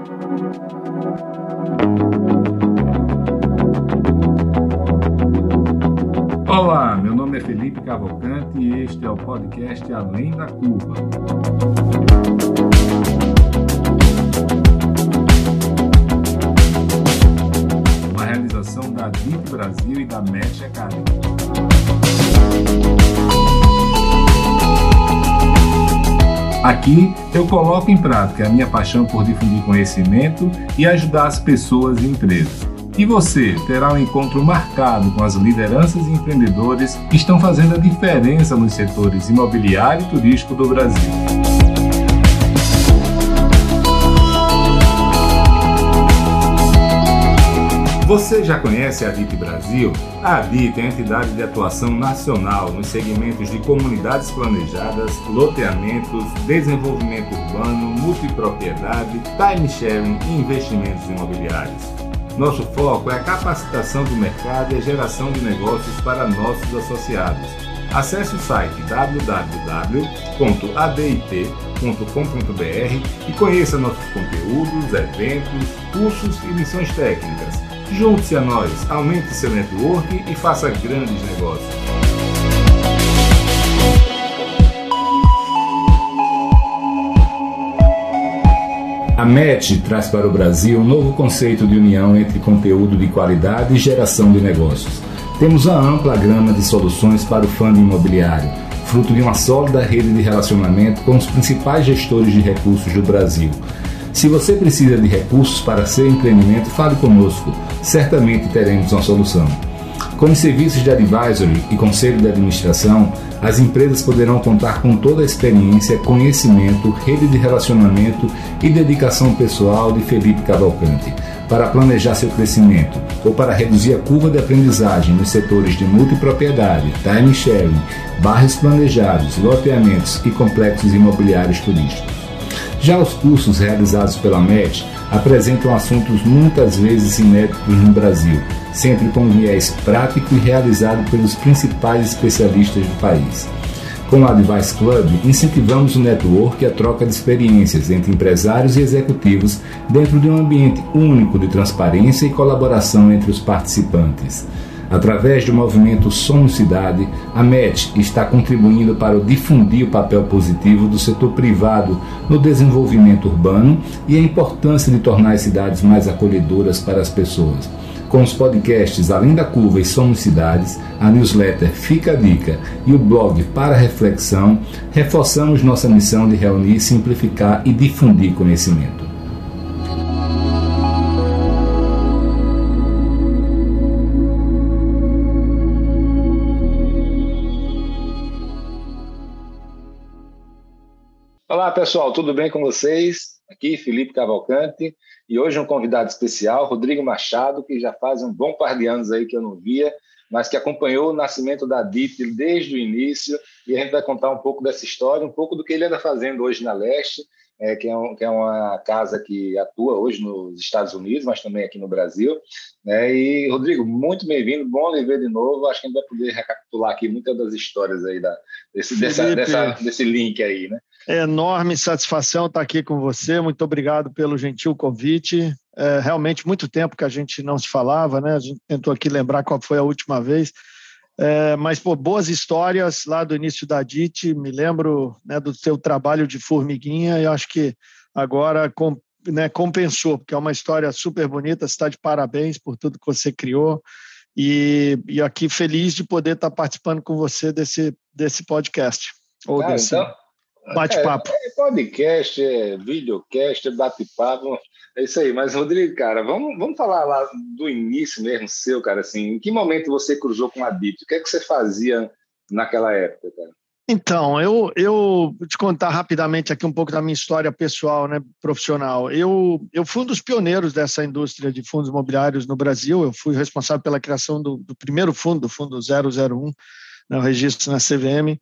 Olá, meu nome é Felipe Cavalcante e este é o podcast Além da Curva. Uma realização da DIT Brasil e da MET Academy. Aqui eu coloco em prática a minha paixão por difundir conhecimento e ajudar as pessoas e empresas. E você terá um encontro marcado com as lideranças e empreendedores que estão fazendo a diferença nos setores imobiliário e turístico do Brasil. Você já conhece a DIT Brasil? A DIT é a entidade de atuação nacional nos segmentos de comunidades planejadas, loteamentos, desenvolvimento urbano, multipropriedade, time-sharing e investimentos imobiliários. Nosso foco é a capacitação do mercado e a geração de negócios para nossos associados. Acesse o site www.adit.com.br e conheça nossos conteúdos, eventos, cursos e lições técnicas. Junte-se a nós, aumente seu network e faça grandes negócios. A MET traz para o Brasil um novo conceito de união entre conteúdo de qualidade e geração de negócios. Temos uma ampla gama de soluções para o fundo imobiliário, fruto de uma sólida rede de relacionamento com os principais gestores de recursos do Brasil. Se você precisa de recursos para seu empreendimento, fale conosco. Certamente teremos uma solução. Com os serviços de advisory e conselho de administração, as empresas poderão contar com toda a experiência, conhecimento, rede de relacionamento e dedicação pessoal de Felipe Cavalcante para planejar seu crescimento ou para reduzir a curva de aprendizagem nos setores de multipropriedade, time sharing, bairros planejados, loteamentos e complexos imobiliários turísticos. Já os cursos realizados pela MET apresentam assuntos muitas vezes inéditos no Brasil, sempre com viés prático e realizado pelos principais especialistas do país. Com o Advice Club, incentivamos o network e a troca de experiências entre empresários e executivos dentro de um ambiente único de transparência e colaboração entre os participantes. Através do movimento Somos Cidade, a MET está contribuindo para difundir o papel positivo do setor privado no desenvolvimento urbano e a importância de tornar as cidades mais acolhedoras para as pessoas. Com os podcasts Além da Curva e Somos Cidades, a newsletter Fica a Dica e o blog Para Reflexão, reforçamos nossa missão de reunir, simplificar e difundir conhecimento. Olá pessoal, tudo bem com vocês? Aqui Felipe Cavalcante e hoje um convidado especial, Rodrigo Machado, que já faz um bom par de anos aí que eu não via, mas que acompanhou o nascimento da DIT desde o início e a gente vai contar um pouco dessa história, um pouco do que ele anda fazendo hoje na Leste, que é uma casa que atua hoje nos Estados Unidos, mas também aqui no Brasil. E, Rodrigo, muito bem-vindo, bom lhe ver de novo. Acho que a gente vai poder recapitular aqui muitas das histórias aí desse link aí, né? É enorme satisfação estar aqui com você, muito obrigado pelo gentil convite. Realmente muito tempo que a gente não se falava, né? A gente tentou aqui lembrar qual foi a última vez. Mas, boas histórias lá do início da DIT, me lembro, né, do seu trabalho de formiguinha e acho que agora compensou, porque é uma história super bonita, você está de parabéns por tudo que você criou e aqui feliz de poder estar participando com você desse podcast, ou desse bate-papo. Podcast, videocast, bate-papo, é isso aí. Mas, Rodrigo, cara, vamos falar lá do início mesmo seu, cara, assim, em que momento você cruzou com a DIT? O que é que você fazia naquela época, cara? Então, eu vou te contar rapidamente aqui um pouco da minha história pessoal, né, profissional. Eu fui um dos pioneiros dessa indústria de fundos imobiliários no Brasil. Eu fui responsável pela criação do primeiro fundo, o Fundo 001, né, o registro na CVM.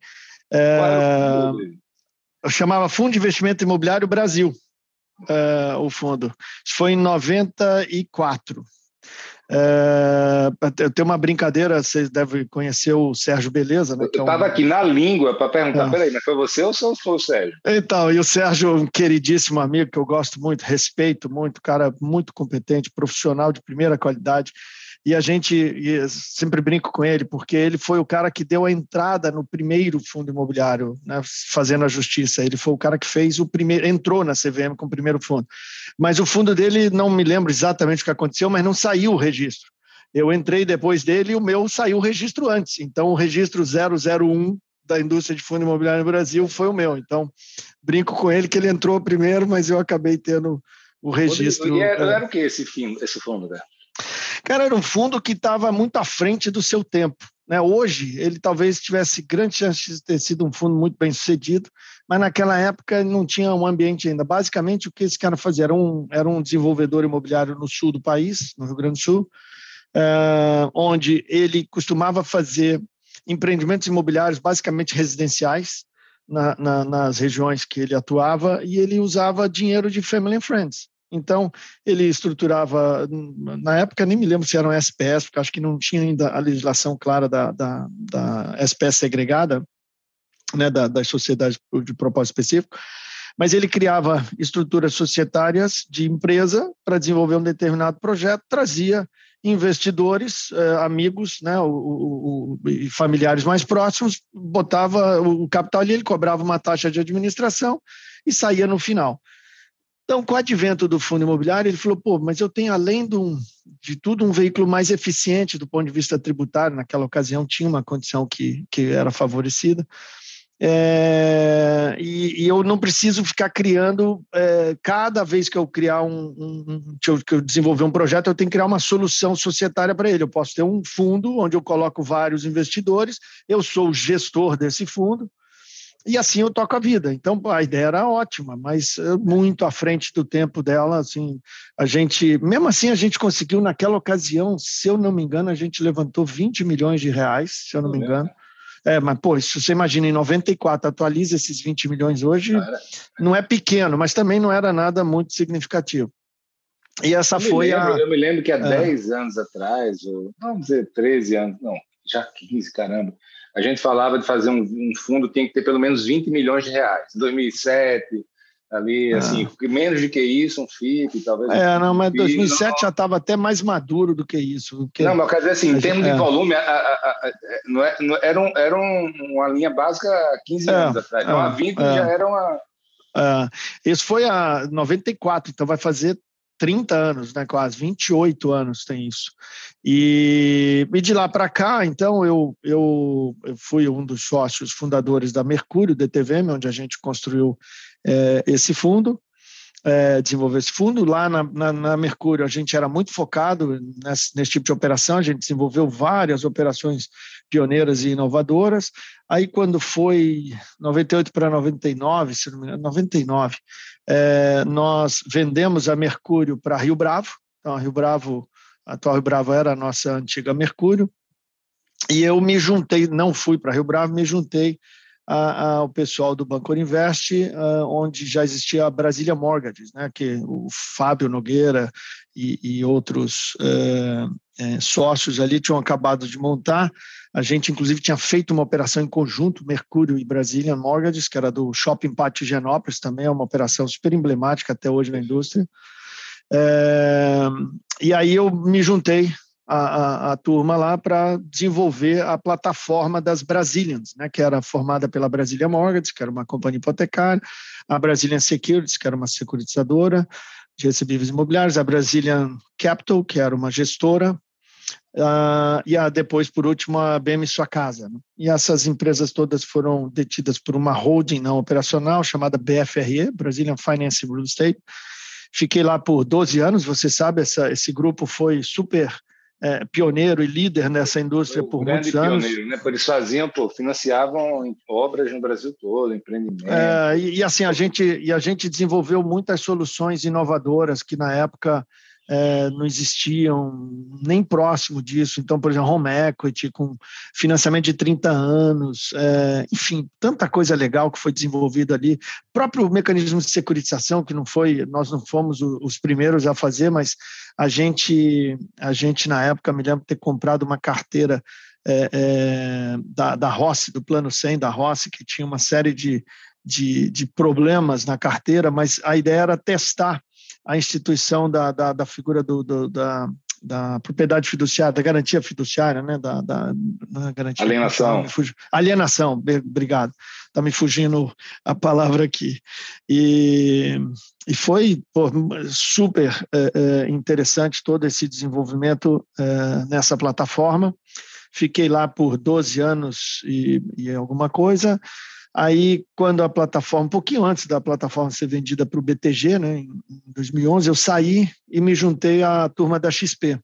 Eu chamava Fundo de Investimento Imobiliário Brasil, o fundo. Isso foi em 94. Eu tenho uma brincadeira, vocês devem conhecer o Sérgio Beleza, né? Eu estava aqui na língua para perguntar, peraí, mas foi você ou foi o Sérgio? Então, e o Sérgio, um queridíssimo amigo que eu gosto muito, respeito muito, cara muito competente, profissional de primeira qualidade. E eu sempre brinco com ele, porque ele foi o cara que deu a entrada no primeiro fundo imobiliário, né, fazendo a justiça. Ele foi o cara que fez o primeiro, entrou na CVM com o primeiro fundo. Mas o fundo dele, não me lembro exatamente o que aconteceu, mas não saiu o registro. Eu entrei depois dele e o meu saiu o registro antes. Então, o registro 001 da indústria de fundo imobiliário no Brasil foi o meu. Então, brinco com ele que ele entrou primeiro, mas eu acabei tendo o registro. E era o que esse fundo, né? Cara, era um fundo que estava muito à frente do seu tempo, né? Hoje, ele talvez tivesse grande chance de ter sido um fundo muito bem sucedido, mas naquela época não tinha um ambiente ainda. Basicamente, o que esse cara fazia? Era um desenvolvedor imobiliário no sul do país, no Rio Grande do Sul, onde ele costumava fazer empreendimentos imobiliários basicamente residenciais nas regiões que ele atuava, e ele usava dinheiro de family and friends. Então, ele estruturava, na época nem me lembro se eram SPS, porque acho que não tinha ainda a legislação clara da SPS segregada, né, das sociedades de propósito específico, mas ele criava estruturas societárias de empresa para desenvolver um determinado projeto, trazia investidores, amigos, né, e familiares mais próximos, botava o capital ali, ele cobrava uma taxa de administração e saía no final. Então, com o advento do fundo imobiliário, ele falou, mas eu tenho, além de tudo, um veículo mais eficiente do ponto de vista tributário. Naquela ocasião, tinha uma condição que era favorecida. E eu não preciso ficar criando, cada vez que eu criar que eu desenvolver um projeto, eu tenho que criar uma solução societária para ele. Eu posso ter um fundo onde eu coloco vários investidores, eu sou o gestor desse fundo, e assim eu toco a vida. Então, a ideia era ótima, mas muito à frente do tempo dela. Assim, mesmo assim, a gente conseguiu, naquela ocasião, se eu não me engano, a gente levantou 20 milhões de reais, se eu não me engano. Mas, se você imagina, em 94, atualiza esses 20 milhões hoje, não é pequeno, mas também não era nada muito significativo. E essa Eu me lembro que há 10 anos atrás, ou vamos dizer 13 anos, não, já 15, caramba, a gente falava de fazer um fundo, tem que ter pelo menos 20 milhões de reais. Em 2007, ali, assim, menos do que isso, um FIP, talvez. Mas 2007 já estava até mais maduro do que isso. Não, mas quer dizer assim, em termos de volume, era uma linha básica há 15 anos atrás. Então, a 20 já era uma... Isso foi a 94, então vai fazer 30 anos, né, quase 28 anos tem isso. E de lá para cá, então, eu fui um dos sócios fundadores da Mercúrio, DTVM, onde a gente construiu esse fundo, desenvolveu esse fundo. Lá na Mercúrio, a gente era muito focado nesse tipo de operação, a gente desenvolveu várias operações pioneiras e inovadoras. Aí, quando foi 98 para 99, se não me engano, 99, nós vendemos a Mercúrio para Rio Bravo. Então, a atual Rio Bravo era a nossa antiga Mercúrio, e eu me juntei, não fui para Rio Bravo, me juntei ao pessoal do Banco Invest, onde já existia a Brasília Mortgages, né, que o Fábio Nogueira e outros sócios ali tinham acabado de montar. A gente, inclusive, tinha feito uma operação em conjunto, Mercúrio e Brasília Mortgages, que era do Shopping Pátio Higienópolis, também é uma operação super emblemática até hoje na indústria. E aí eu me juntei a turma lá para desenvolver a plataforma das Brazilians, né, que era formada pela Brasília Mortgages, que era uma companhia hipotecária, a Brazilian Securities, que era uma securitizadora de recebíveis imobiliários, a Brazilian Capital, que era uma gestora, e depois, por último, a BM Sua Casa. Né? E essas empresas todas foram detidas por uma holding não operacional chamada BFRE, Brazilian Finance Real Estate. Fiquei lá por 12 anos, você sabe, esse grupo foi super pioneiro e líder nessa indústria por muitos anos. Pioneiro, né? Eles financiavam obras no Brasil todo, empreendimentos. E assim, a gente desenvolveu muitas soluções inovadoras que na época não existiam nem próximo disso. Então, por exemplo, home equity, com financiamento de 30 anos, enfim, tanta coisa legal que foi desenvolvida ali. O próprio mecanismo de securitização, que nós não fomos os primeiros a fazer, mas a gente na época, me lembro de ter comprado uma carteira da Rossi, do Plano 100 da Rossi, que tinha uma série de problemas na carteira, mas a ideia era testar a instituição da figura da propriedade fiduciária, da garantia fiduciária, né? da garantia, alienação. Alienação, obrigado. Está me fugindo a palavra aqui. E foi super interessante todo esse desenvolvimento nessa plataforma. Fiquei lá por 12 anos e alguma coisa. Aí, quando a plataforma, um pouquinho antes da plataforma ser vendida para o BTG, né, em 2011, eu saí e me juntei à turma da XP.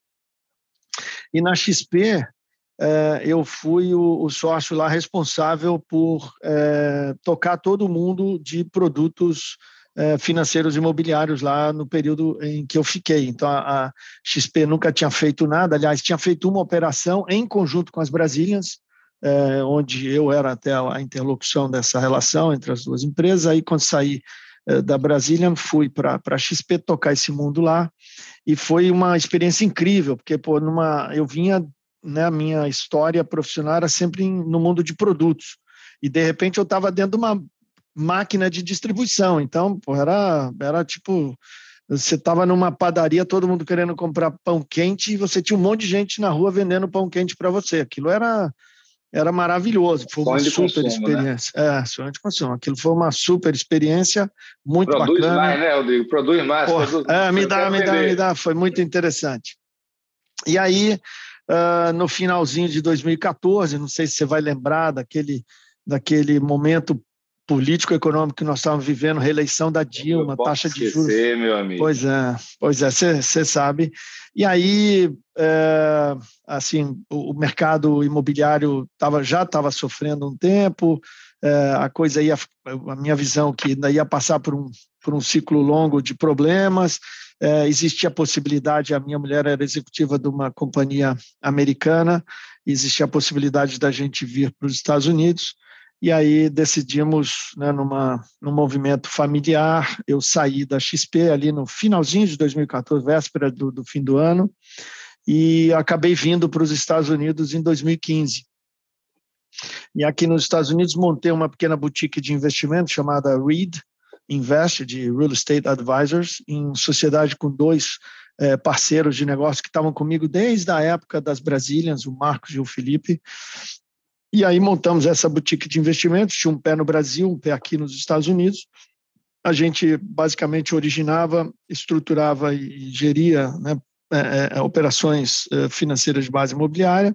E na XP, eu fui o sócio lá responsável por tocar todo mundo de produtos financeiros imobiliários lá no período em que eu fiquei. Então, a XP nunca tinha feito nada, aliás, tinha feito uma operação em conjunto com as Brazilians, onde eu era até a interlocução dessa relação entre as duas empresas. Aí, quando saí da Brazilian, fui para a XP tocar esse mundo lá, e foi uma experiência incrível, porque eu vinha, né, a minha história profissional era sempre no mundo de produtos, e de repente eu estava dentro de uma máquina de distribuição. Então, era tipo, você estava numa padaria, todo mundo querendo comprar pão quente, e você tinha um monte de gente na rua vendendo pão quente para você. Aquilo era maravilhoso, foi uma super experiência. Né? Sonho de consumo. Aquilo foi uma super experiência, muito bacana. Produz mais, né, Rodrigo? Produz mais. Me dá, foi muito interessante. E aí, no finalzinho de 2014, não sei se você vai lembrar daquele momento político-econômico que nós estávamos vivendo, reeleição da Dilma, taxa de juros. Meu amigo. Pois é, você sabe. E aí, assim, o mercado imobiliário já estava sofrendo um tempo, a coisa a minha visão que ainda ia passar por um ciclo longo de problemas. Existia a possibilidade, a minha mulher era executiva de uma companhia americana, existia a possibilidade da gente vir para os Estados Unidos. E aí decidimos, né, num movimento familiar, eu saí da XP ali no finalzinho de 2014, véspera do fim do ano, e acabei vindo para os Estados Unidos em 2015. E aqui nos Estados Unidos montei uma pequena boutique de investimento chamada Reed Invest, de Real Estate Advisors, em sociedade com dois parceiros de negócio que estavam comigo desde a época das Brazilians, o Marcos e o Felipe. E aí montamos essa boutique de investimentos, tinha um pé no Brasil, um pé aqui nos Estados Unidos. A gente basicamente originava, estruturava e geria, né, operações financeiras de base imobiliária.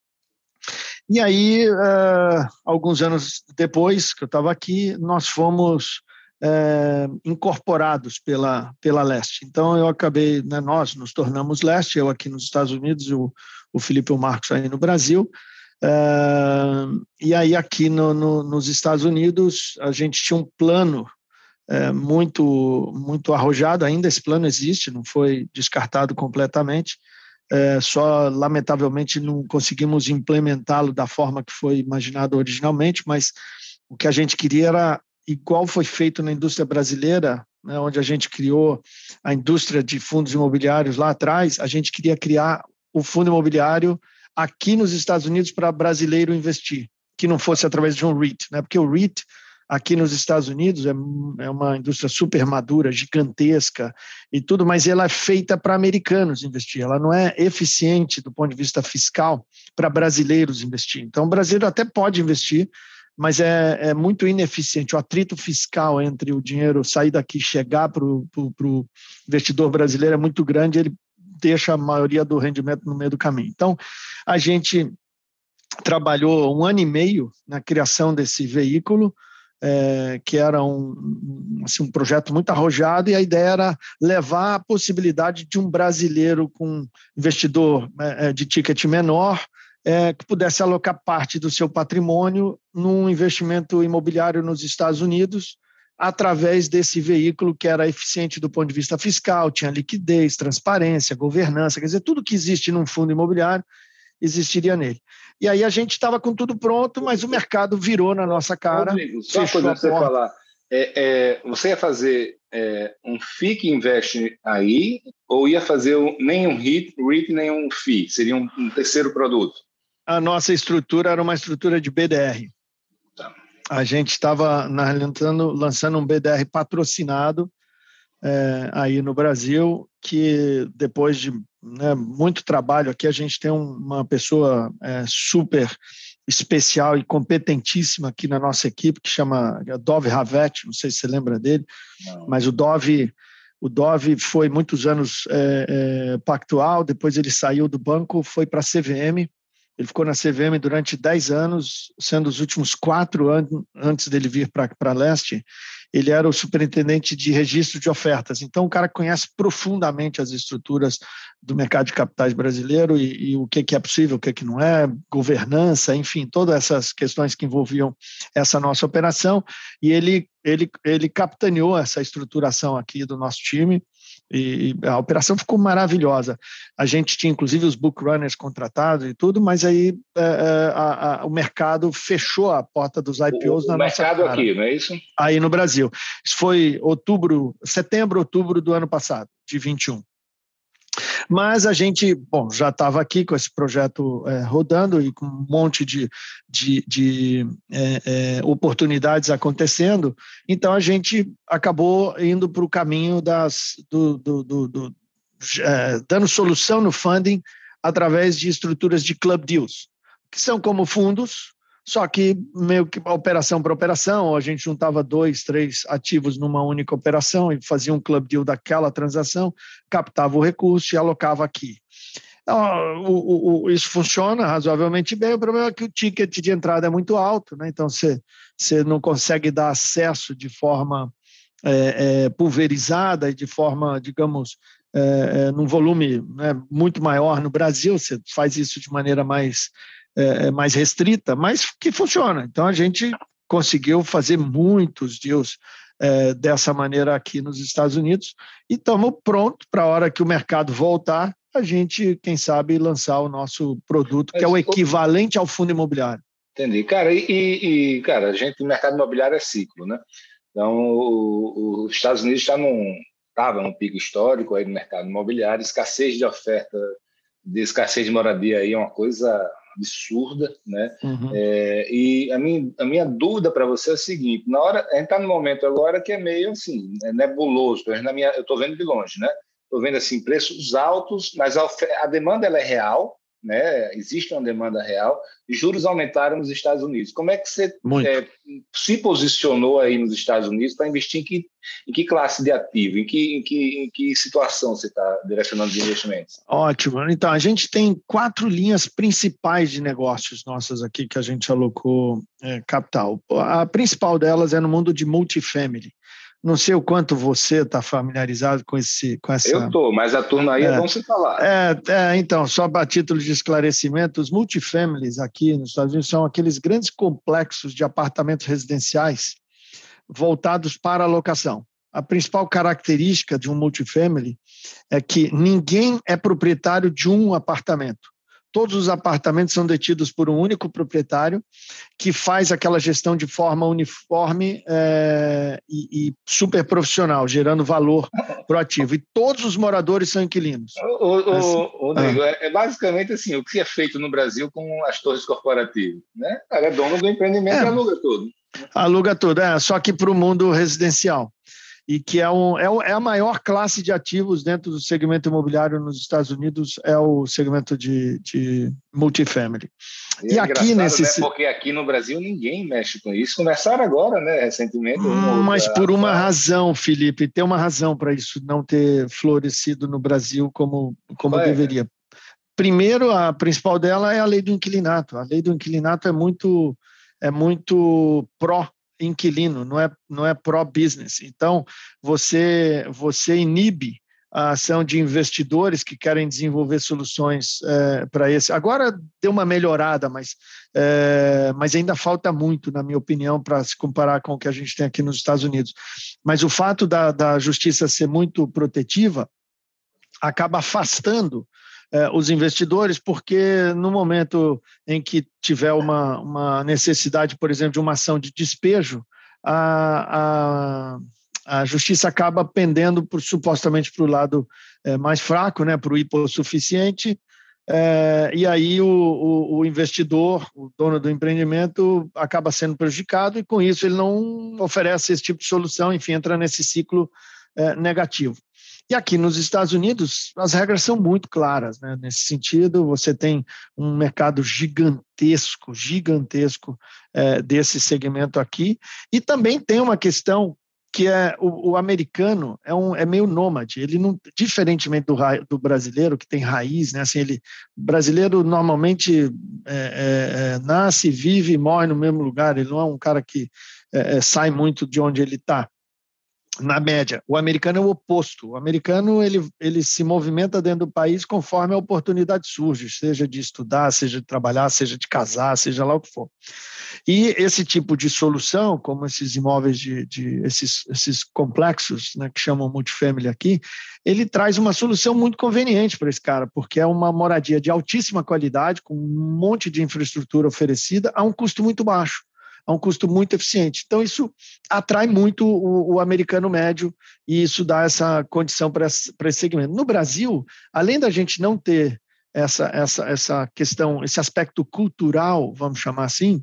E aí, alguns anos depois que eu estava aqui, nós fomos incorporados pela Leste. Então, eu acabei, né, nós nos tornamos Leste, eu aqui nos Estados Unidos, o Felipe e o Marcos aí no Brasil. E aí aqui nos Estados Unidos a gente tinha um plano muito, muito arrojado, ainda esse plano existe, não foi descartado completamente, só lamentavelmente não conseguimos implementá-lo da forma que foi imaginado originalmente, mas o que a gente queria era, igual foi feito na indústria brasileira, né, onde a gente criou a indústria de fundos imobiliários lá atrás, a gente queria criar o fundo imobiliário aqui nos Estados Unidos para brasileiro investir, que não fosse através de um REIT, né? Porque o REIT aqui nos Estados Unidos é uma indústria super madura, gigantesca e tudo, mas ela é feita para americanos investir, ela não é eficiente do ponto de vista fiscal para brasileiros investir. Então, o brasileiro até pode investir, mas é muito ineficiente. O atrito fiscal entre o dinheiro sair daqui e chegar para o investidor brasileiro é muito grande, ele deixa a maioria do rendimento no meio do caminho. Então, a gente trabalhou 1 ano e meio na criação desse veículo, que era um projeto muito arrojado, e a ideia era levar a possibilidade de um brasileiro com investidor de ticket menor, que pudesse alocar parte do seu patrimônio num investimento imobiliário nos Estados Unidos, através desse veículo que era eficiente do ponto de vista fiscal, tinha liquidez, transparência, governança, quer dizer, tudo que existe num fundo imobiliário existiria nele. E aí a gente estava com tudo pronto, mas o mercado virou na nossa cara. Rodrigo, só uma coisa você falar. Você ia fazer um FII que investe aí, ou ia fazer nem um REIT, nem um FII? Seria um terceiro produto? A nossa estrutura era uma estrutura de BDR. Tá. A gente estava lançando um BDR patrocinado aí no Brasil, que depois de muito trabalho aqui, a gente tem uma pessoa super especial e competentíssima aqui na nossa equipe, que chama Dov Havet, não sei se você lembra dele, Não. mas o Dov foi muitos anos pactual, depois ele saiu do banco, foi para a CVM, ele ficou na CVM durante 10 anos, sendo os últimos 4 anos antes dele vir para a Leste, ele era o superintendente de registro de ofertas. Então, um cara que conhece profundamente as estruturas do mercado de capitais brasileiro e o que é possível, o que não é, governança, enfim, todas essas questões que envolviam essa nossa operação. E ele capitaneou essa estruturação aqui do nosso time. E a operação ficou maravilhosa. A gente tinha, inclusive, os book runners contratados e tudo, mas aí o mercado fechou a porta dos IPOs na nossa cara. O mercado aqui, não é isso? Aí no Brasil. Isso foi setembro, outubro do ano passado, de 21. Mas a gente, já estava aqui com esse projeto rodando e com um monte de oportunidades acontecendo, então a gente acabou indo para o caminho dando solução no funding através de estruturas de club deals, que são como fundos, só que meio que operação por operação, a gente juntava 2, 3 ativos numa única operação e fazia um club deal daquela transação, captava o recurso e alocava aqui. Então, isso funciona razoavelmente bem, o problema é que o ticket de entrada é muito alto, né? Então você não consegue dar acesso de forma pulverizada e de forma, digamos, num volume muito maior no Brasil, você faz isso de maneira mais restrita, mas que funciona. Então, a gente conseguiu fazer muitos deals dessa maneira aqui nos Estados Unidos e estamos prontos para a hora que o mercado voltar, a gente, quem sabe, lançar o nosso produto, que é o equivalente ao fundo imobiliário. Entendi. Cara, cara, o mercado imobiliário é ciclo, né? Então, os Estados Unidos estava num pico histórico aí no mercado imobiliário, escassez de oferta, escassez de moradia aí é uma coisa absurda, né? Uhum. E a minha dúvida para você é a seguinte: na hora, a gente está num momento agora que é meio assim, nebuloso. Eu estou vendo de longe, né? Estou vendo assim preços altos, mas a demanda ela é real, né? Existe uma demanda real. E juros aumentaram nos Estados Unidos. Como é que você se posicionou aí nos Estados Unidos para investir em que classe de ativo? Em que situação você está direcionando os investimentos? Ótimo. Então, a gente tem 4 linhas principais de negócios nossas aqui que a gente alocou capital. A principal delas é no mundo de multifamily. Não sei o quanto você está familiarizado com essa... Eu estou, mas a turma aí é bom você falar. Então, só para título de esclarecimento, os multifamilies aqui nos Estados Unidos são aqueles grandes complexos de apartamentos residenciais voltados para a locação. A principal característica de um multifamily é que ninguém é proprietário de um apartamento. Todos os apartamentos são detidos por um único proprietário que faz aquela gestão de forma uniforme e super profissional, gerando valor para o ativo. E todos os moradores são inquilinos. Rodrigo, é basicamente assim, o que é feito no Brasil com as torres corporativas, né? O cara é dono do empreendimento e aluga tudo. Aluga tudo, só que para o mundo residencial. E que é a maior classe de ativos dentro do segmento imobiliário nos Estados Unidos, é o segmento de multifamily. E aqui né? Porque aqui no Brasil ninguém mexe com isso. Começaram agora, né, recentemente. Mas por uma razão, Felipe, tem uma razão para isso não ter florescido no Brasil como deveria. Primeiro, a principal dela é a lei do inquilinato. A lei do inquilinato é muito pró-inquilino, não é pró-business. Então, você inibe a ação de investidores que querem desenvolver soluções para esse. Agora deu uma melhorada, mas ainda falta muito, na minha opinião, para se comparar com o que a gente tem aqui nos Estados Unidos. Mas o fato da justiça ser muito protetiva acaba afastando os investidores, porque no momento em que tiver uma necessidade, por exemplo, de uma ação de despejo, a justiça acaba pendendo supostamente para o lado mais fraco, né, para o hipossuficiente, e aí o investidor, o dono do empreendimento, acaba sendo prejudicado e, com isso, ele não oferece esse tipo de solução, enfim, entra nesse ciclo negativo. E aqui nos Estados Unidos, as regras são muito claras, né? Nesse sentido, você tem um mercado gigantesco desse segmento aqui, e também tem uma questão que o americano é meio nômade, ele não, diferentemente do brasileiro, que tem raiz, né? Assim, o brasileiro normalmente nasce, vive e morre no mesmo lugar, ele não é um cara que sai muito de onde ele está. Na média, o americano é o oposto. O americano ele se movimenta dentro do país conforme a oportunidade surge, seja de estudar, seja de trabalhar, seja de casar, seja lá o que for. E esse tipo de solução, como esses imóveis esses complexos, né, que chamam multifamily aqui, ele traz uma solução muito conveniente para esse cara, porque é uma moradia de altíssima qualidade, com um monte de infraestrutura oferecida a um custo muito baixo, a um custo muito eficiente. Então, isso atrai muito o americano médio e isso dá essa condição para esse segmento. No Brasil, além da gente não ter essa questão, esse aspecto cultural, vamos chamar assim,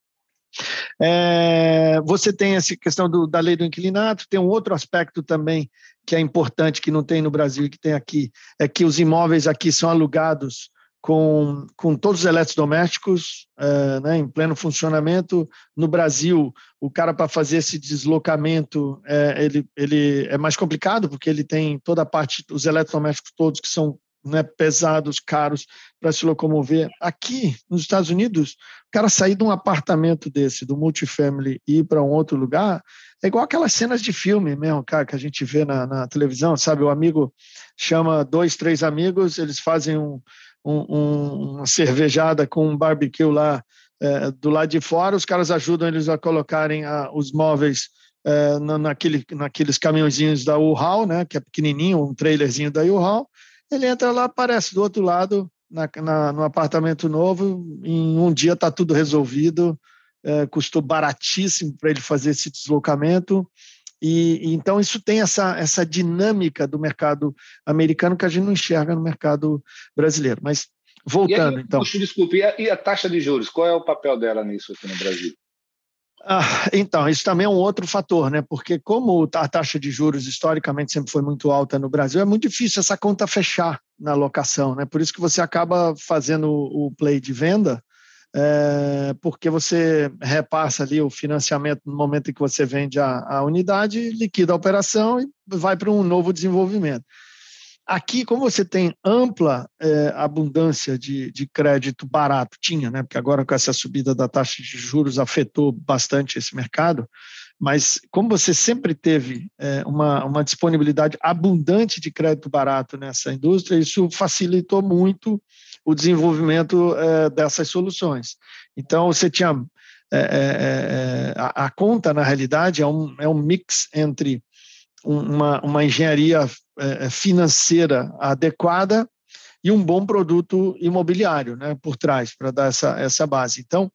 você tem essa questão da lei do inquilinato, tem um outro aspecto também que é importante, que não tem no Brasil e que tem aqui, é que os imóveis aqui são alugados com todos os eletrodomésticos né, em pleno funcionamento. No Brasil, o cara, para fazer esse deslocamento, ele é mais complicado, porque ele tem toda a parte, os eletrodomésticos todos que são, né, pesados, caros para se locomover. Aqui, nos Estados Unidos, o cara sair de um apartamento desse, do multifamily, e ir para um outro lugar, é igual aquelas cenas de filme mesmo, cara, que a gente vê na televisão, sabe? O amigo chama 2, 3 amigos, eles fazem uma cervejada com um barbecue lá do lado de fora, os caras ajudam eles a colocarem os móveis naqueles caminhõezinhos da U-Haul, né, que é pequenininho, um trailerzinho da U-Haul. Ele entra lá, aparece do outro lado, no apartamento novo, em um dia está tudo resolvido, custou baratíssimo para ele fazer esse deslocamento. E então isso tem essa dinâmica do mercado americano que a gente não enxerga no mercado brasileiro. Mas voltando, aí, então... Desculpe, e a taxa de juros? Qual é o papel dela nisso aqui no Brasil? Então, isso também é um outro fator, né? Porque como a taxa de juros historicamente sempre foi muito alta no Brasil, é muito difícil essa conta fechar na locação, né? Por isso que você acaba fazendo o play de venda, porque você repassa ali o financiamento no momento em que você vende a unidade, liquida a operação e vai para um novo desenvolvimento. Aqui, como você tem ampla abundância de crédito barato, tinha, né? Porque agora com essa subida da taxa de juros afetou bastante esse mercado, mas como você sempre teve uma disponibilidade abundante de crédito barato nessa indústria, isso facilitou muito o desenvolvimento dessas soluções. Então, você tinha... a conta, na realidade, é um mix entre uma engenharia financeira adequada e um bom produto imobiliário, né, por trás, para dar essa base. Então,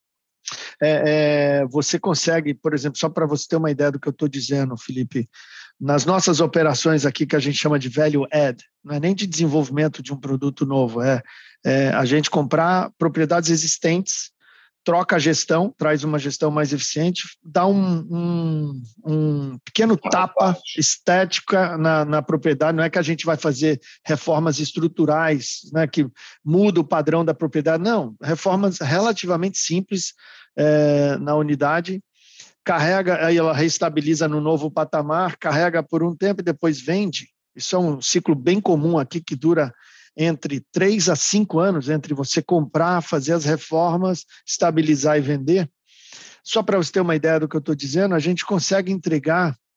você consegue, por exemplo, só para você ter uma ideia do que eu estou dizendo, Felipe, nas nossas operações aqui, que a gente chama de value add, não é nem de desenvolvimento de um produto novo, a gente comprar propriedades existentes, troca a gestão, traz uma gestão mais eficiente, dá um pequeno tapa estética na propriedade. Não é que a gente vai fazer reformas estruturais, né, que muda o padrão da propriedade, não, reformas relativamente simples na unidade, carrega, aí ela reestabiliza no novo patamar, carrega por um tempo e depois vende. Isso é um ciclo bem comum aqui, que dura entre 3 a 5 anos, entre você comprar, fazer as reformas, estabilizar e vender. Só para você ter uma ideia do que eu estou dizendo, a gente consegue entregar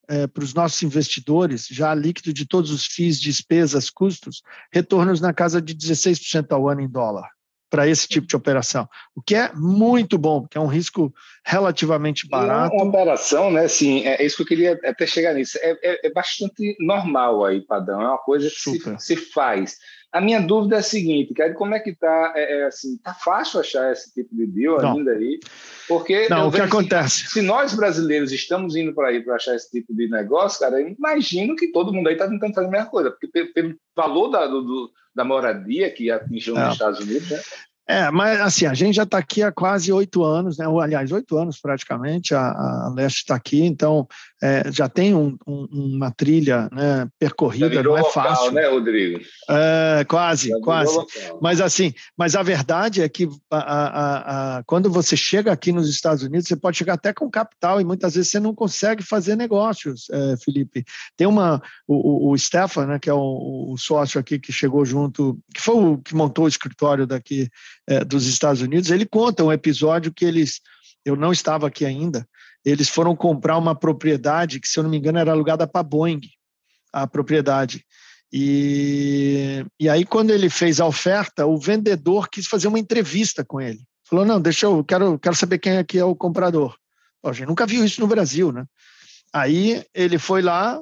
para os nossos investidores, já líquido de todos os FIIs, despesas, custos, retornos na casa de 16% ao ano em dólar, para esse tipo de operação, o que é muito bom, porque é um risco relativamente barato. Uma operação, né? Assim, é isso que eu queria até chegar nisso. É bastante normal aí, Padrão. É uma coisa que se faz. A minha dúvida é a seguinte, cara, como é que tá? Assim, tá fácil achar esse tipo de deal ainda aí? Porque não, o que acontece? Se nós brasileiros estamos indo para aí para achar esse tipo de negócio, cara, eu imagino que todo mundo aí está tentando fazer a mesma coisa, porque pelo valor da moradia que atingiu nos Estados Unidos, né? Mas assim, a gente já está aqui há quase 8 anos, né? Aliás, 8 anos praticamente, a Leste está aqui, então já tem uma trilha, né, percorrida, não é fácil. Local, né, Rodrigo? Quase. Mas a verdade é que quando você chega aqui nos Estados Unidos, você pode chegar até com capital e muitas vezes você não consegue fazer negócios, Felipe. Tem o Stefan, né, que é o sócio aqui que chegou junto, que foi o que montou o escritório daqui dos Estados Unidos, ele conta um episódio que eu não estava aqui ainda, eles foram comprar uma propriedade que, se eu não me engano, era alugada para a Boeing, a propriedade. E aí, quando ele fez a oferta, o vendedor quis fazer uma entrevista com ele. Falou, não, quero saber quem aqui é o comprador. Pô, a gente nunca viu isso no Brasil, né? Aí ele foi lá,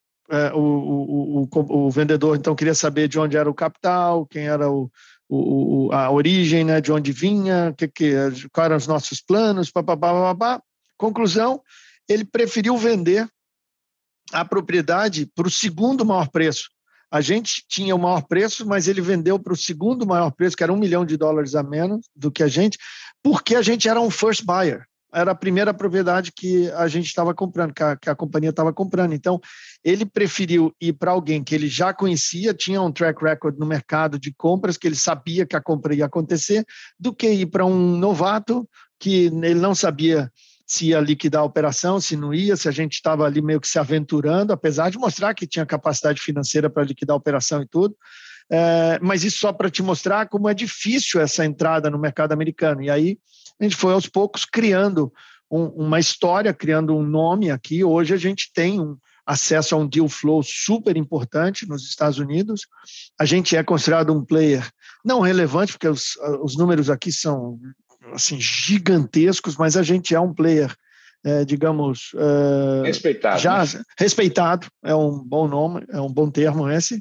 o vendedor, então, queria saber de onde era o capital, quem era a origem, né, de onde vinha, quais eram os nossos planos, papapá. Conclusão, ele preferiu vender a propriedade para o segundo maior preço. A gente tinha o maior preço, mas ele vendeu para o segundo maior preço, que era $1 milhão a menos do que a gente, porque a gente era um first buyer. Era a primeira propriedade que a gente estava comprando, que a companhia estava comprando. Então, ele preferiu ir para alguém que ele já conhecia, tinha um track record no mercado de compras, que ele sabia que a compra ia acontecer, do que ir para um novato que ele não sabia se ia liquidar a operação, se não ia, se a gente estava ali meio que se aventurando, apesar de mostrar que tinha capacidade financeira para liquidar a operação e tudo. Mas isso só para te mostrar como é difícil essa entrada no mercado americano. E aí a gente foi aos poucos criando uma história, criando um nome aqui. Hoje a gente tem acesso a um deal flow super importante nos Estados Unidos. A gente é considerado um player não relevante, porque os números aqui são assim, gigantescos, mas a gente é um player, digamos... respeitado. Respeitado, é um bom nome, é um bom termo esse.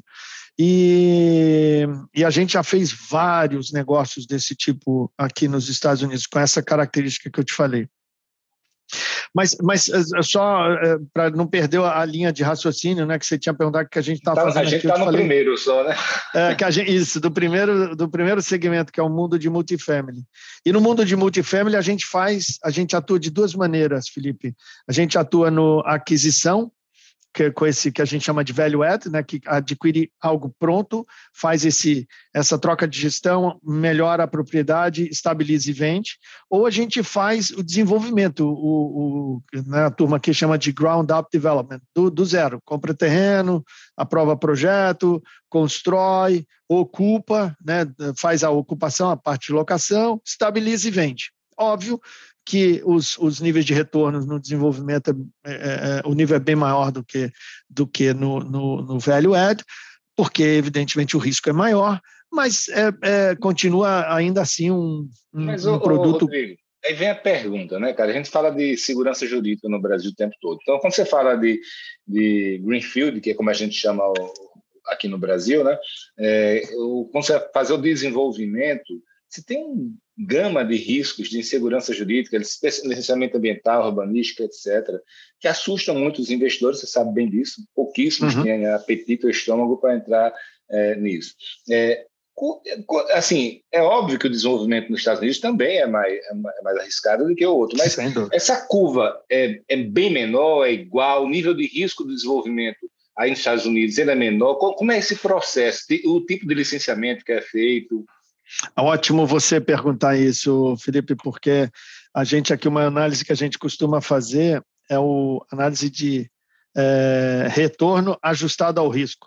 E a gente já fez vários negócios desse tipo aqui nos Estados Unidos, com essa característica que eu te falei. Mas só para não perder a linha de raciocínio, né, que você tinha perguntado que a gente está fazendo. A gente está no primeiro só, né? Isso, do primeiro segmento, que é o mundo de multifamily. E no mundo de multifamily a gente atua de duas maneiras, Felipe. A gente atua no aquisição, com esse que a gente chama de value add, né, que adquire algo pronto, faz essa troca de gestão, melhora a propriedade, estabiliza e vende, ou a gente faz o desenvolvimento, né, a turma aqui chama de ground up development, do zero, compra terreno, aprova projeto, constrói, ocupa, né, faz a ocupação, a parte de locação, estabiliza e vende. Óbvio que os níveis de retornos no desenvolvimento, o nível é bem maior do que no value add, porque, evidentemente, o risco é maior, mas continua ainda assim um produto... Rodrigo, aí vem a pergunta, né, cara? A gente fala de segurança jurídica no Brasil o tempo todo. Então, quando você fala de greenfield, que é como a gente chama aqui no Brasil, né? Quando você vai fazer o desenvolvimento, você tem gama de riscos de insegurança jurídica, licenciamento ambiental, urbanística, etc., que assustam muito os investidores, você sabe bem disso, pouquíssimos têm apetite ou estômago para entrar nisso. Assim, é óbvio que o desenvolvimento nos Estados Unidos também é mais arriscado do que o outro, mas essa curva é bem menor, é igual, o nível de risco do desenvolvimento aí nos Estados Unidos ele é menor. Como é esse processo, o tipo de licenciamento que é feito? Ótimo você perguntar isso, Felipe, porque a gente aqui, uma análise que a gente costuma fazer é a análise de retorno ajustado ao risco.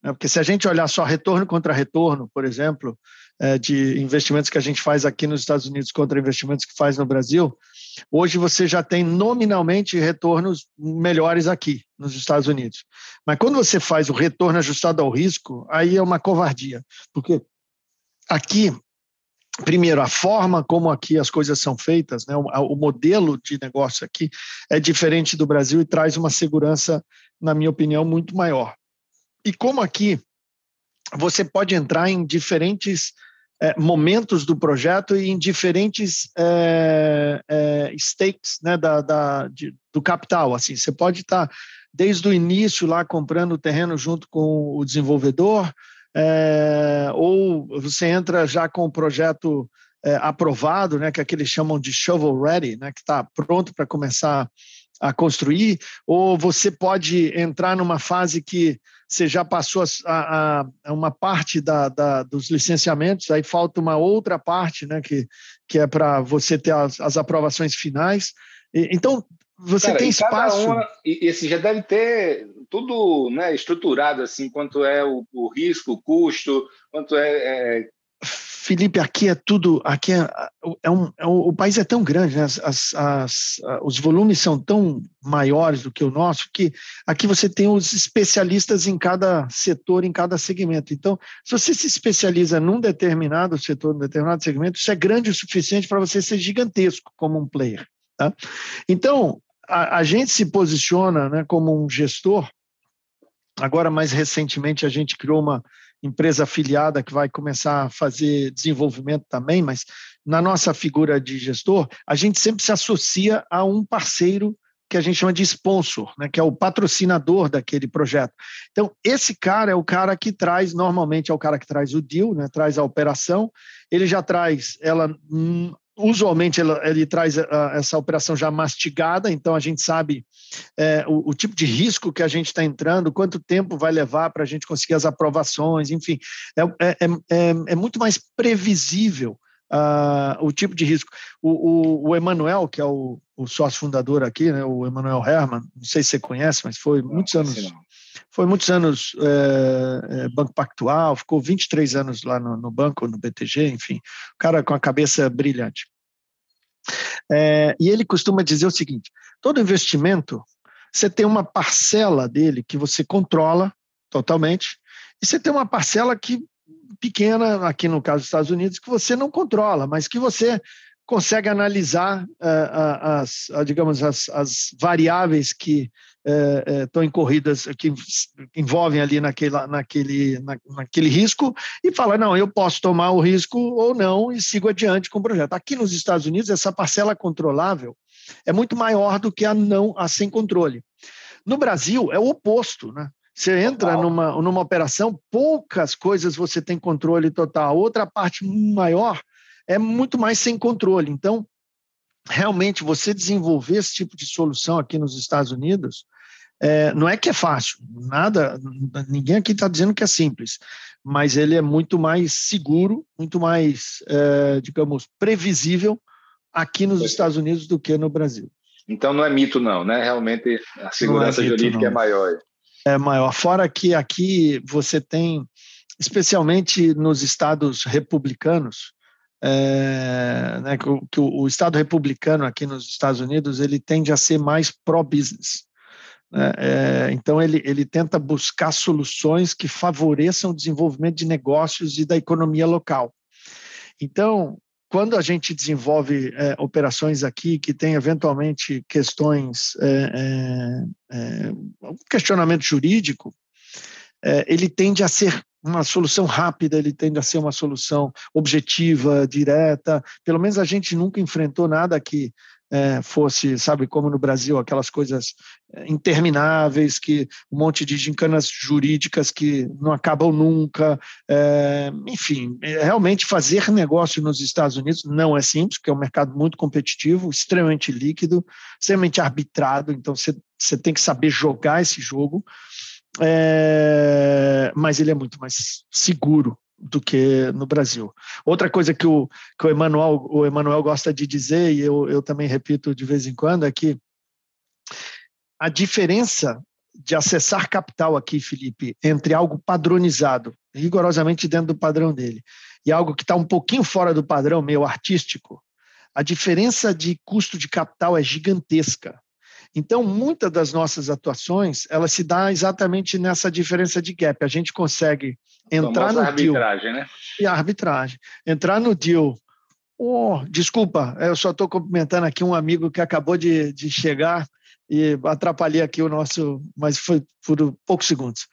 Porque se a gente olhar só retorno contra retorno, por exemplo, de investimentos que a gente faz aqui nos Estados Unidos contra investimentos que faz no Brasil, hoje você já tem nominalmente retornos melhores aqui nos Estados Unidos. Mas quando você faz o retorno ajustado ao risco, aí é uma covardia, porque aqui, primeiro, a forma como aqui as coisas são feitas, né, o modelo de negócio aqui é diferente do Brasil e traz uma segurança, na minha opinião, muito maior. E como aqui você pode entrar em diferentes momentos do projeto e em diferentes stakes, né, do capital. Assim, você pode estar desde o início lá comprando o terreno junto com o desenvolvedor, ou você entra já com o projeto aprovado, né, que é que eles chamam de shovel ready, né, que está pronto para começar a construir, ou você pode entrar numa fase que você já passou a uma parte dos licenciamentos, aí falta uma outra parte, né, que é para você ter as aprovações finais. Então, você tem espaço. E esse já deve ter tudo, né, estruturado, assim, quanto é o risco, o custo, quanto Felipe, aqui é tudo. Aqui o país é tão grande, né? Os volumes são tão maiores do que o nosso, que aqui você tem os especialistas em cada setor, em cada segmento. Então, se você se especializa num determinado setor, num determinado segmento, isso é grande o suficiente para você ser gigantesco como um player. Tá? Então, a gente se posiciona, né, como um gestor. Agora, mais recentemente, a gente criou uma empresa afiliada que vai começar a fazer desenvolvimento também, mas na nossa figura de gestor, a gente sempre se associa a um parceiro que a gente chama de sponsor, né, que é o patrocinador daquele projeto. Então, esse cara é o cara que traz, normalmente é o cara que traz o deal, né, traz a operação, ele já traz ela... Usualmente ele traz essa operação já mastigada, então a gente sabe o tipo de risco que a gente está entrando, quanto tempo vai levar para a gente conseguir as aprovações, enfim, é muito mais previsível o tipo de risco. O Emanuel, que é o sócio fundador aqui, né, o Emanuel Herman, não sei se você conhece, mas foi muitos anos Banco Pactual, ficou 23 anos lá no banco, no BTG, enfim, cara com a cabeça brilhante. E ele costuma dizer o seguinte: todo investimento, você tem uma parcela dele que você controla totalmente, e você tem uma parcela pequena, aqui no caso dos Estados Unidos, que você não controla, mas que você consegue analisar digamos, as variáveis que estão incorridas, que envolvem ali naquele risco, e fala, não, eu posso tomar o risco ou não e sigo adiante com o projeto. Aqui nos Estados Unidos, essa parcela controlável é muito maior do que a sem controle. No Brasil, é o oposto, né? Você entra numa operação, poucas coisas você tem controle total. A outra parte maior é muito mais sem controle. Então, realmente, você desenvolver esse tipo de solução aqui nos Estados Unidos, não é que é fácil, ninguém aqui está dizendo que é simples, mas ele é muito mais seguro, muito mais, digamos, previsível aqui nos Estados Unidos do que no Brasil. Então não é mito não, né? Realmente a segurança jurídica é maior. É maior, fora que aqui você tem, especialmente nos estados republicanos, né, que o Estado republicano aqui nos Estados Unidos, ele tende a ser mais pró-business. Né? Então, ele tenta buscar soluções que favoreçam o desenvolvimento de negócios e da economia local. Então, quando a gente desenvolve operações aqui que tem eventualmente questões, um questionamento jurídico, ele tende a ser uma solução rápida, ele tende a ser uma solução objetiva, direta. Pelo menos a gente nunca enfrentou nada que fosse, sabe, como no Brasil, aquelas coisas intermináveis, que um monte de gincanas jurídicas que não acabam nunca. Enfim, realmente fazer negócio nos Estados Unidos não é simples, porque é um mercado muito competitivo, extremamente líquido, extremamente arbitrado, então você tem que saber jogar esse jogo. Mas ele é muito mais seguro do que no Brasil. Outra coisa que o Emanuel gosta de dizer, e eu também repito de vez em quando, é que a diferença de acessar capital aqui, Felipe, entre algo padronizado, rigorosamente dentro do padrão dele, e algo que está um pouquinho fora do padrão, meio artístico, a diferença de custo de capital é gigantesca. Então, muitas das nossas atuações, ela se dá exatamente nessa diferença de gap. A gente consegue entrar no arbitragem, deal, né? E a arbitragem. Entrar no deal. Desculpa, eu só estou cumprimentando aqui um amigo que acabou de chegar e atrapalhei aqui o nosso, mas foi por poucos segundos.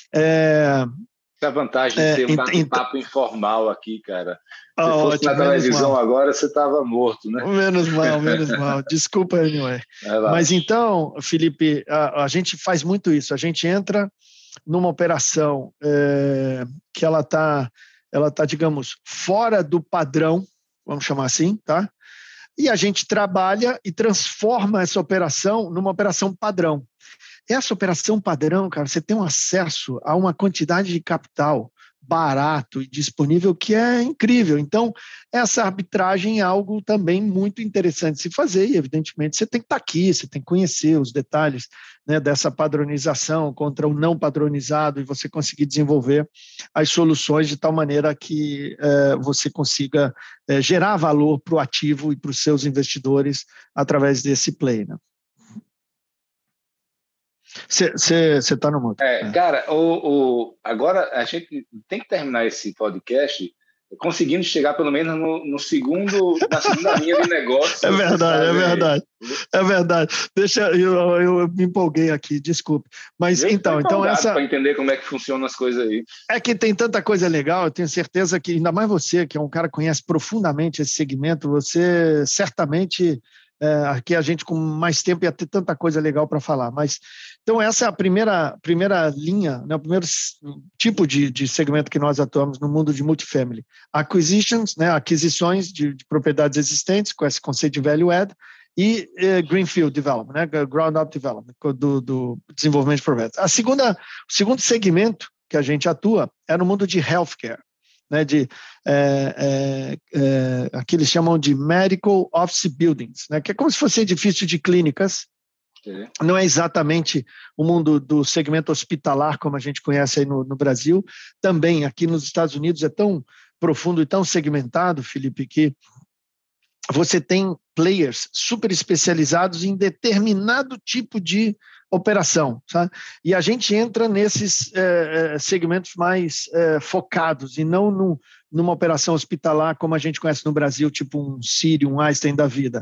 A vantagem de ser um bate-papo informal aqui, cara. Se fosse ótimo, na televisão agora, você estava morto, né? Menos mal. Desculpa, anyway. Mas então, Felipe, a gente faz muito isso. A gente entra numa operação que ela tá, digamos, fora do padrão, vamos chamar assim, tá? E a gente trabalha e transforma essa operação numa operação padrão. Essa operação padrão, cara, você tem um acesso a uma quantidade de capital barato e disponível que é incrível. Então, essa arbitragem é algo também muito interessante de se fazer e, evidentemente, você tem que estar aqui, você tem que conhecer os detalhes, né, dessa padronização contra o não padronizado e você conseguir desenvolver as soluções de tal maneira que você consiga gerar valor para o ativo e para os seus investidores através desse play, né? Você está no mundo. Cara, agora a gente tem que terminar esse podcast conseguindo chegar pelo menos na segunda linha de negócio. É verdade. Deixa, eu me empolguei aqui, desculpe. Mas então essa para entender como é que funcionam as coisas aí. É que tem tanta coisa legal, eu tenho certeza que, ainda mais você, que é um cara que conhece profundamente esse segmento, você certamente... aqui a gente com mais tempo ia ter tanta coisa legal para falar, mas então essa é a primeira linha, né, o primeiro tipo de segmento que nós atuamos no mundo de multifamily. Acquisitions, né, aquisições de propriedades existentes com esse conceito de value add e greenfield development, né, ground up development do desenvolvimento de propriedades. O segundo segmento que a gente atua é no mundo de healthcare. Né, aqui eles chamam de medical office buildings, né, que é como se fosse edifício de clínicas. Não é exatamente o mundo do segmento hospitalar como a gente conhece aí no Brasil. Também aqui nos Estados Unidos é tão profundo e tão segmentado, Felipe, que você tem players super especializados em determinado tipo de operação, sabe? E a gente entra nesses segmentos mais focados e não numa operação hospitalar como a gente conhece no Brasil, tipo um Sírio, um Einstein da vida.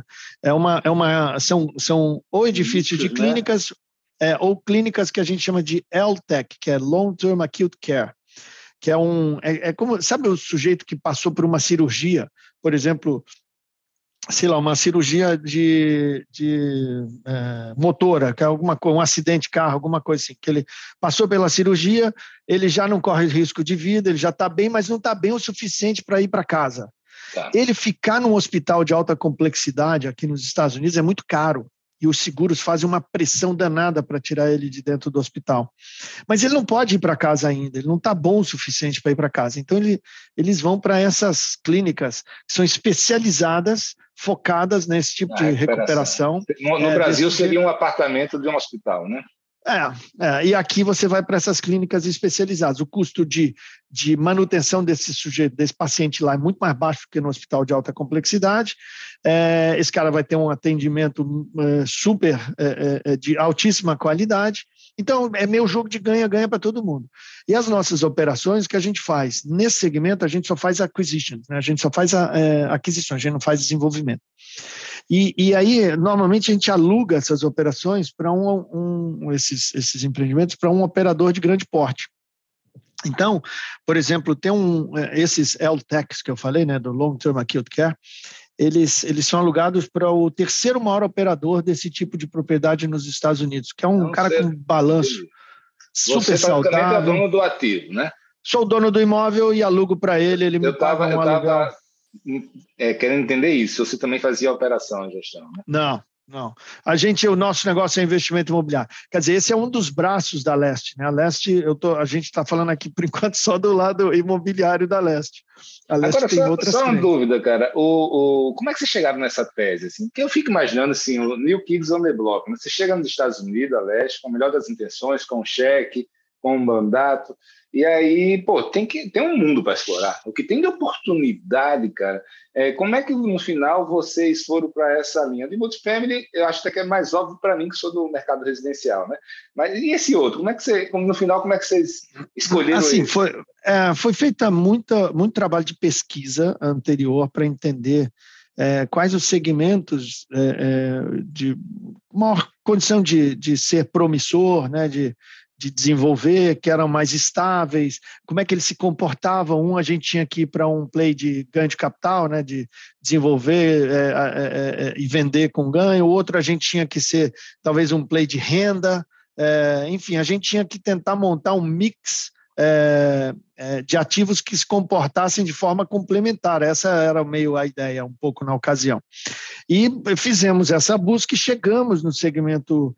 São ou edifícios de clínicas, né? Ou clínicas que a gente chama de LTAC, que é Long Term Acute Care, que é como, sabe o sujeito que passou por uma cirurgia, por exemplo, sei lá, uma cirurgia de motora, que é um acidente de carro, alguma coisa assim, que ele passou pela cirurgia, ele já não corre risco de vida, ele já está bem, mas não está bem o suficiente para ir para casa. Tá. Ele ficar num hospital de alta complexidade aqui nos Estados Unidos é muito caro, e os seguros fazem uma pressão danada para tirar ele de dentro do hospital. Mas ele não pode ir para casa ainda, ele não está bom o suficiente para ir para casa. Então, eles vão para essas clínicas que são especializadas, focadas nesse tipo de recuperação. No Brasil seria um apartamento de um hospital, né? E aqui você vai para essas clínicas especializadas. O custo de manutenção desse sujeito, desse paciente lá, é muito mais baixo que no hospital de alta complexidade. Esse cara vai ter um atendimento super de altíssima qualidade. Então, é meio jogo de ganha-ganha para todo mundo. E as nossas operações que a gente faz nesse segmento, a gente só faz acquisitions, né? A gente só faz aquisições, a gente não faz desenvolvimento. E aí, normalmente, a gente aluga essas operações para esses empreendimentos para um operador de grande porte. Então, por exemplo, tem esses LTACs que eu falei, né, do Long Term Acute Care, eles são alugados para o terceiro maior operador desse tipo de propriedade nos Estados Unidos, que é um cara com balanço super saudável. Você é dono do ativo, né? Sou o dono do imóvel e alugo para ele me paga um aluguel. Querendo entender isso, você também fazia a operação, a gestão, né? Não. O nosso negócio é investimento imobiliário. Quer dizer, esse é um dos braços da Leste, né? A Leste, a gente está falando aqui, por enquanto, só do lado imobiliário da Leste. A Leste Agora, tem outras só uma frentes. dúvida, cara. Como é que vocês chegaram nessa tese? Assim? Porque eu fico imaginando assim, o New Kids on the Block. Né? Você chega nos Estados Unidos, a Leste, com a melhor das intenções, com um cheque, com um mandato. E aí, pô, tem um mundo para explorar. O que tem de oportunidade, cara, como é que no final vocês foram para essa linha? De multifamily, eu acho até que é mais óbvio para mim, que sou do mercado residencial, né? Mas e esse outro? No final, como é que vocês escolheram assim, esse? Foi feita muito trabalho de pesquisa anterior para entender quais os segmentos de maior condição de ser promissor, né, de desenvolver, que eram mais estáveis, como é que eles se comportavam. A gente tinha que ir para um play de ganho de capital, né, de desenvolver e vender com ganho, o outro a gente tinha que ser talvez um play de renda, enfim, a gente tinha que tentar montar um mix de ativos que se comportassem de forma complementar. Essa era meio a ideia, um pouco na ocasião. E fizemos essa busca e chegamos no segmento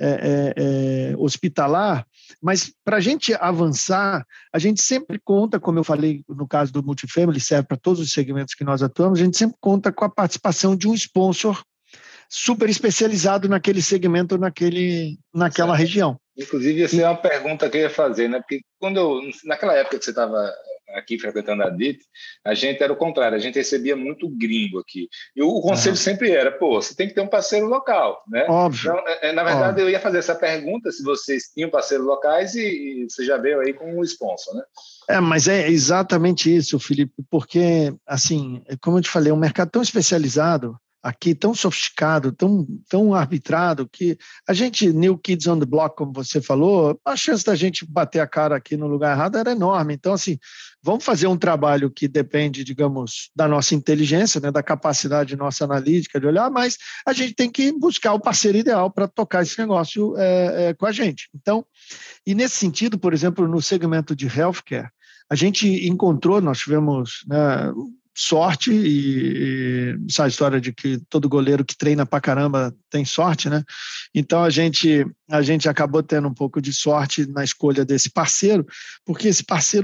hospitalar, mas para a gente avançar, a gente sempre conta, como eu falei no caso do multifamily, serve para todos os segmentos que nós atuamos, a gente sempre conta com a participação de um sponsor super especializado naquele segmento, naquela região. Inclusive, essa é uma pergunta que eu ia fazer, né? Porque naquela época que você estava aqui frequentando a DIT, a gente era o contrário, a gente recebia muito gringo aqui. E o conselho sempre era, você tem que ter um parceiro local, né? Óbvio. Então, na verdade, eu ia fazer essa pergunta se vocês tinham parceiros locais e você já veio aí com um sponsor, né? Mas é exatamente isso, Felipe, porque, assim, como eu te falei, é um mercado tão especializado aqui, tão sofisticado, tão arbitrado, que a gente, New Kids on the Block, como você falou, a chance da gente bater a cara aqui no lugar errado era enorme. Então, assim, vamos fazer um trabalho que depende, digamos, da nossa inteligência, né, da capacidade nossa analítica de olhar, mas a gente tem que buscar o parceiro ideal para tocar esse negócio com a gente. Então, e nesse sentido, por exemplo, no segmento de healthcare, a gente encontrou, nós tivemos, né, sorte e essa história de que todo goleiro que treina pra caramba tem sorte, né? Então a gente acabou tendo um pouco de sorte na escolha desse parceiro, porque esse parceiro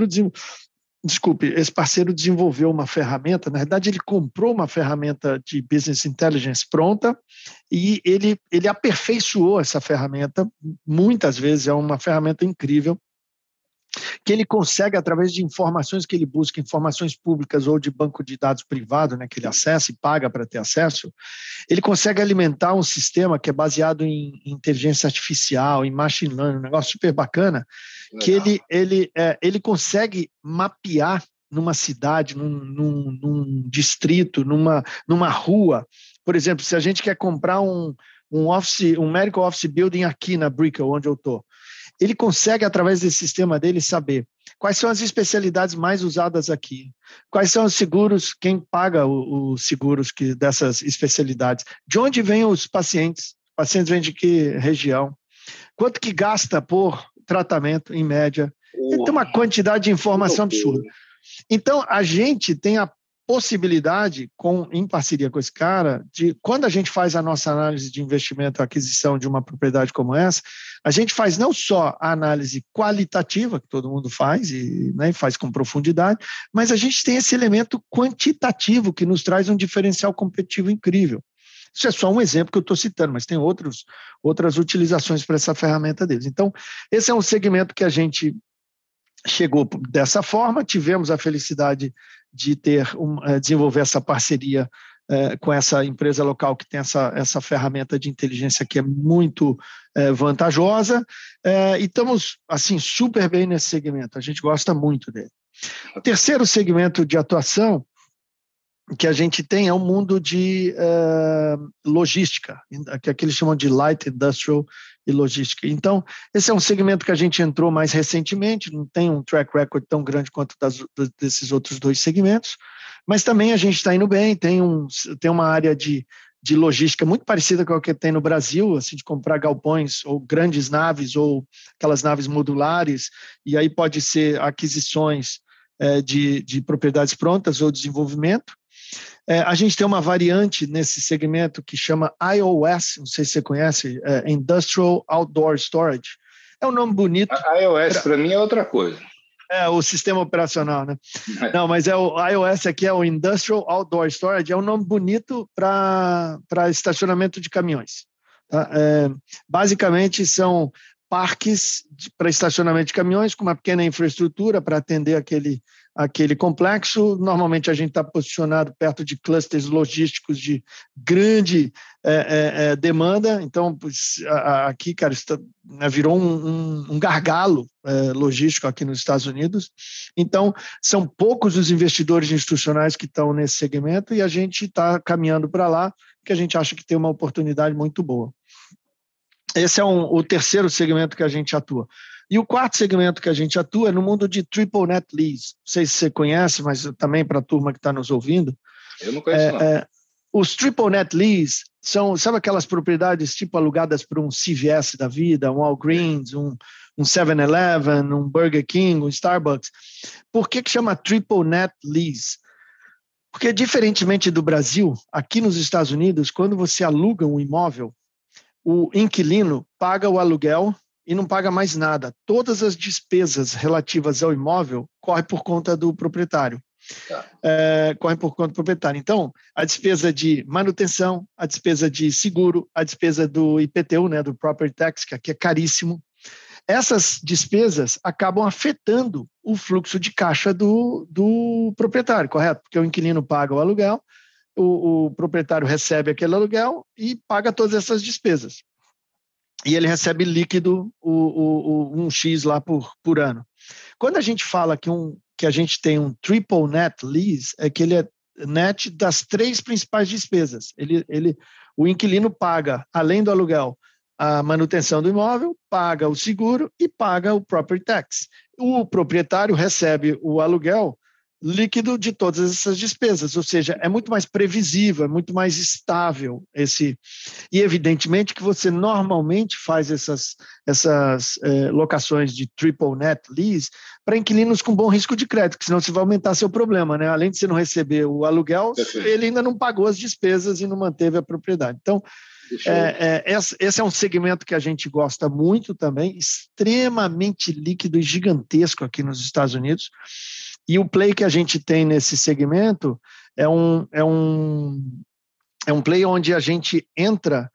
desenvolveu uma ferramenta, na verdade ele comprou uma ferramenta de business intelligence pronta e ele aperfeiçoou essa ferramenta, muitas vezes é uma ferramenta incrível, que ele consegue, através de informações que ele busca, informações públicas ou de banco de dados privado, né, que ele acessa e paga para ter acesso, ele consegue alimentar um sistema que é baseado em inteligência artificial, em machine learning, um negócio super bacana, que ele consegue mapear numa cidade, num distrito, numa rua. Por exemplo, se a gente quer comprar um medical office building aqui na Brickell, onde eu estou, ele consegue, através desse sistema dele, saber quais são as especialidades mais usadas aqui, quais são os seguros, quem paga os seguros dessas especialidades, de onde vêm os pacientes vêm de que região, quanto que gasta por tratamento, em média. Ele tem uma quantidade de informação absurda. Então, a gente tem a possibilidade, em parceria com esse cara, de quando a gente faz a nossa análise de investimento, a aquisição de uma propriedade como essa, a gente faz não só a análise qualitativa, que todo mundo faz, e faz com profundidade, mas a gente tem esse elemento quantitativo que nos traz um diferencial competitivo incrível. Isso é só um exemplo que eu estou citando, mas tem outras utilizações para essa ferramenta deles. Então, esse é um segmento que a gente chegou dessa forma, tivemos a felicidade de desenvolver essa parceria com essa empresa local que tem essa ferramenta de inteligência que é muito vantajosa, e estamos assim, super bem nesse segmento, a gente gosta muito dele. O terceiro segmento de atuação que a gente tem é o mundo de logística, que aqui eles chamam de light industrial e logística. Então, esse é um segmento que a gente entrou mais recentemente, não tem um track record tão grande quanto desses outros dois segmentos, mas também a gente está indo bem, tem uma área de logística muito parecida com a que tem no Brasil, assim, de comprar galpões ou grandes naves ou aquelas naves modulares, e aí pode ser aquisições de propriedades prontas ou desenvolvimento. A gente tem uma variante nesse segmento que chama iOS, não sei se você conhece, Industrial Outdoor Storage. É um nome bonito. A iOS, para mim, é outra coisa. O sistema operacional, né? Não, mas o iOS aqui é o Industrial Outdoor Storage, é um nome bonito para estacionamento de caminhões. Tá? Basicamente, são parques para estacionamento de caminhões com uma pequena infraestrutura para atender aquele complexo. Normalmente, a gente está posicionado perto de clusters logísticos de grande demanda. Então, aqui, cara, virou um gargalo logístico aqui nos Estados Unidos. Então, são poucos os investidores institucionais que estão nesse segmento e a gente está caminhando para lá, porque a gente acha que tem uma oportunidade muito boa. Esse é o terceiro segmento que a gente atua. E o quarto segmento que a gente atua é no mundo de Triple Net Lease. Não sei se você conhece, mas também para a turma que está nos ouvindo. Eu não conheço, não. Os Triple Net Lease são, sabe aquelas propriedades tipo alugadas por um CVS da vida, um Walgreens, um 7-Eleven, um Burger King, um Starbucks. Por que chama Triple Net Lease? Porque, diferentemente do Brasil, aqui nos Estados Unidos, quando você aluga um imóvel, o inquilino paga o aluguel e não paga mais nada. Todas as despesas relativas ao imóvel correm por conta do proprietário. Correm por conta do proprietário. Então, a despesa de manutenção, a despesa de seguro, a despesa do IPTU, né, do Property Tax, que aqui é caríssimo, essas despesas acabam afetando o fluxo de caixa do proprietário, correto? Porque o inquilino paga o aluguel, o proprietário recebe aquele aluguel e paga todas essas despesas. E ele recebe líquido um X lá por ano. Quando a gente fala que a gente tem um triple net lease, é que ele é net das três principais despesas. O inquilino paga, além do aluguel, a manutenção do imóvel, paga o seguro e paga o property tax. O proprietário recebe o aluguel líquido de todas essas despesas, ou seja, é muito mais previsível, é muito mais estável e evidentemente que você normalmente faz essas locações de triple net lease para inquilinos com bom risco de crédito, que senão você vai aumentar seu problema, né? Além de você não receber o aluguel, ele ainda não pagou as despesas e não manteve a propriedade. Então, esse é um segmento que a gente gosta muito também, extremamente líquido e gigantesco aqui nos Estados Unidos. E o play que a gente tem nesse segmento é um play onde a gente entra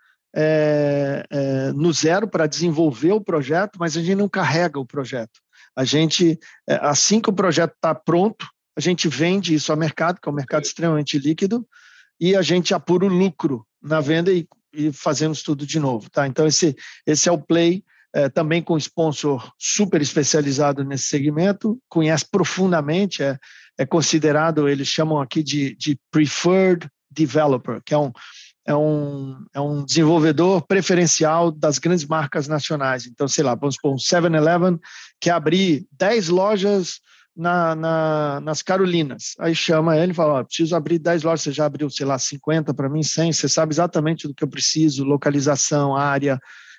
no zero para desenvolver o projeto, mas a gente não carrega o projeto. A gente, assim que o projeto está pronto, a gente vende isso ao mercado, que é um mercado extremamente líquido, e a gente apura o lucro na venda e fazemos tudo de novo. Tá? Então, esse é o play. Também com sponsor super especializado nesse segmento, conhece profundamente, é considerado, eles chamam aqui de preferred developer, que é um desenvolvedor preferencial das grandes marcas nacionais. Então, sei lá, vamos supor, um 7-Eleven quer abrir 10 lojas nas Carolinas. Aí chama ele e fala, preciso abrir 10 lojas, você já abriu, sei lá, 50 para mim, 100, você sabe exatamente do que eu preciso, localização, área,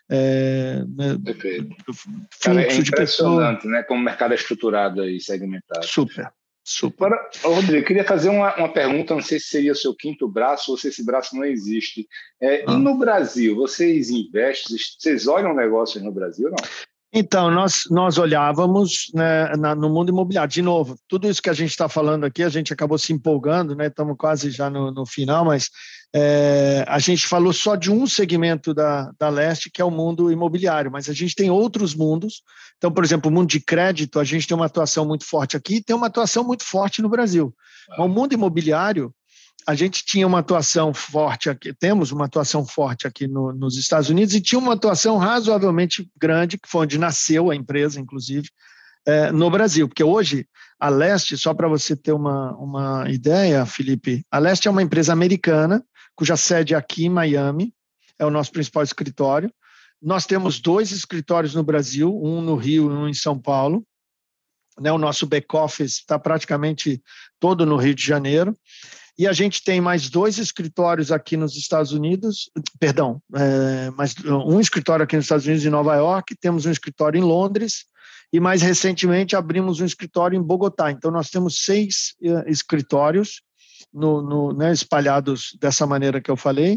fluxo de impressionante, né? Como o mercado é estruturado e segmentado. Super. Agora, Rodrigo, eu queria fazer uma pergunta, não sei se seria o seu quinto braço ou se esse braço não existe. E no Brasil, vocês investem, vocês olham negócios no Brasil, não? Então, nós olhávamos, né, no mundo imobiliário. De novo, tudo isso que a gente está falando aqui, a gente acabou se empolgando, né? Estamos quase já no final, mas a gente falou só de um segmento da Leste, que é o mundo imobiliário, mas a gente tem outros mundos. Então, por exemplo, o mundo de crédito, a gente tem uma atuação muito forte aqui e tem uma atuação muito forte no Brasil. O mundo imobiliário, a gente tinha uma atuação forte aqui, temos uma atuação forte aqui nos Estados Unidos e tinha uma atuação razoavelmente grande, que foi onde nasceu a empresa, inclusive, no Brasil. Porque hoje, a Leste, só para você ter uma ideia, Felipe, a Leste é uma empresa americana, cuja sede é aqui em Miami, é o nosso principal escritório. Nós temos 2 escritórios no Brasil, um no Rio e um em São Paulo. Né, o nosso back-office está praticamente todo no Rio de Janeiro. E a gente tem mais 2 escritórios aqui nos Estados Unidos, mais um escritório aqui nos Estados Unidos, em Nova York, temos um escritório em Londres e mais recentemente abrimos um escritório em Bogotá. Então nós temos 6 escritórios né, espalhados dessa maneira que eu falei.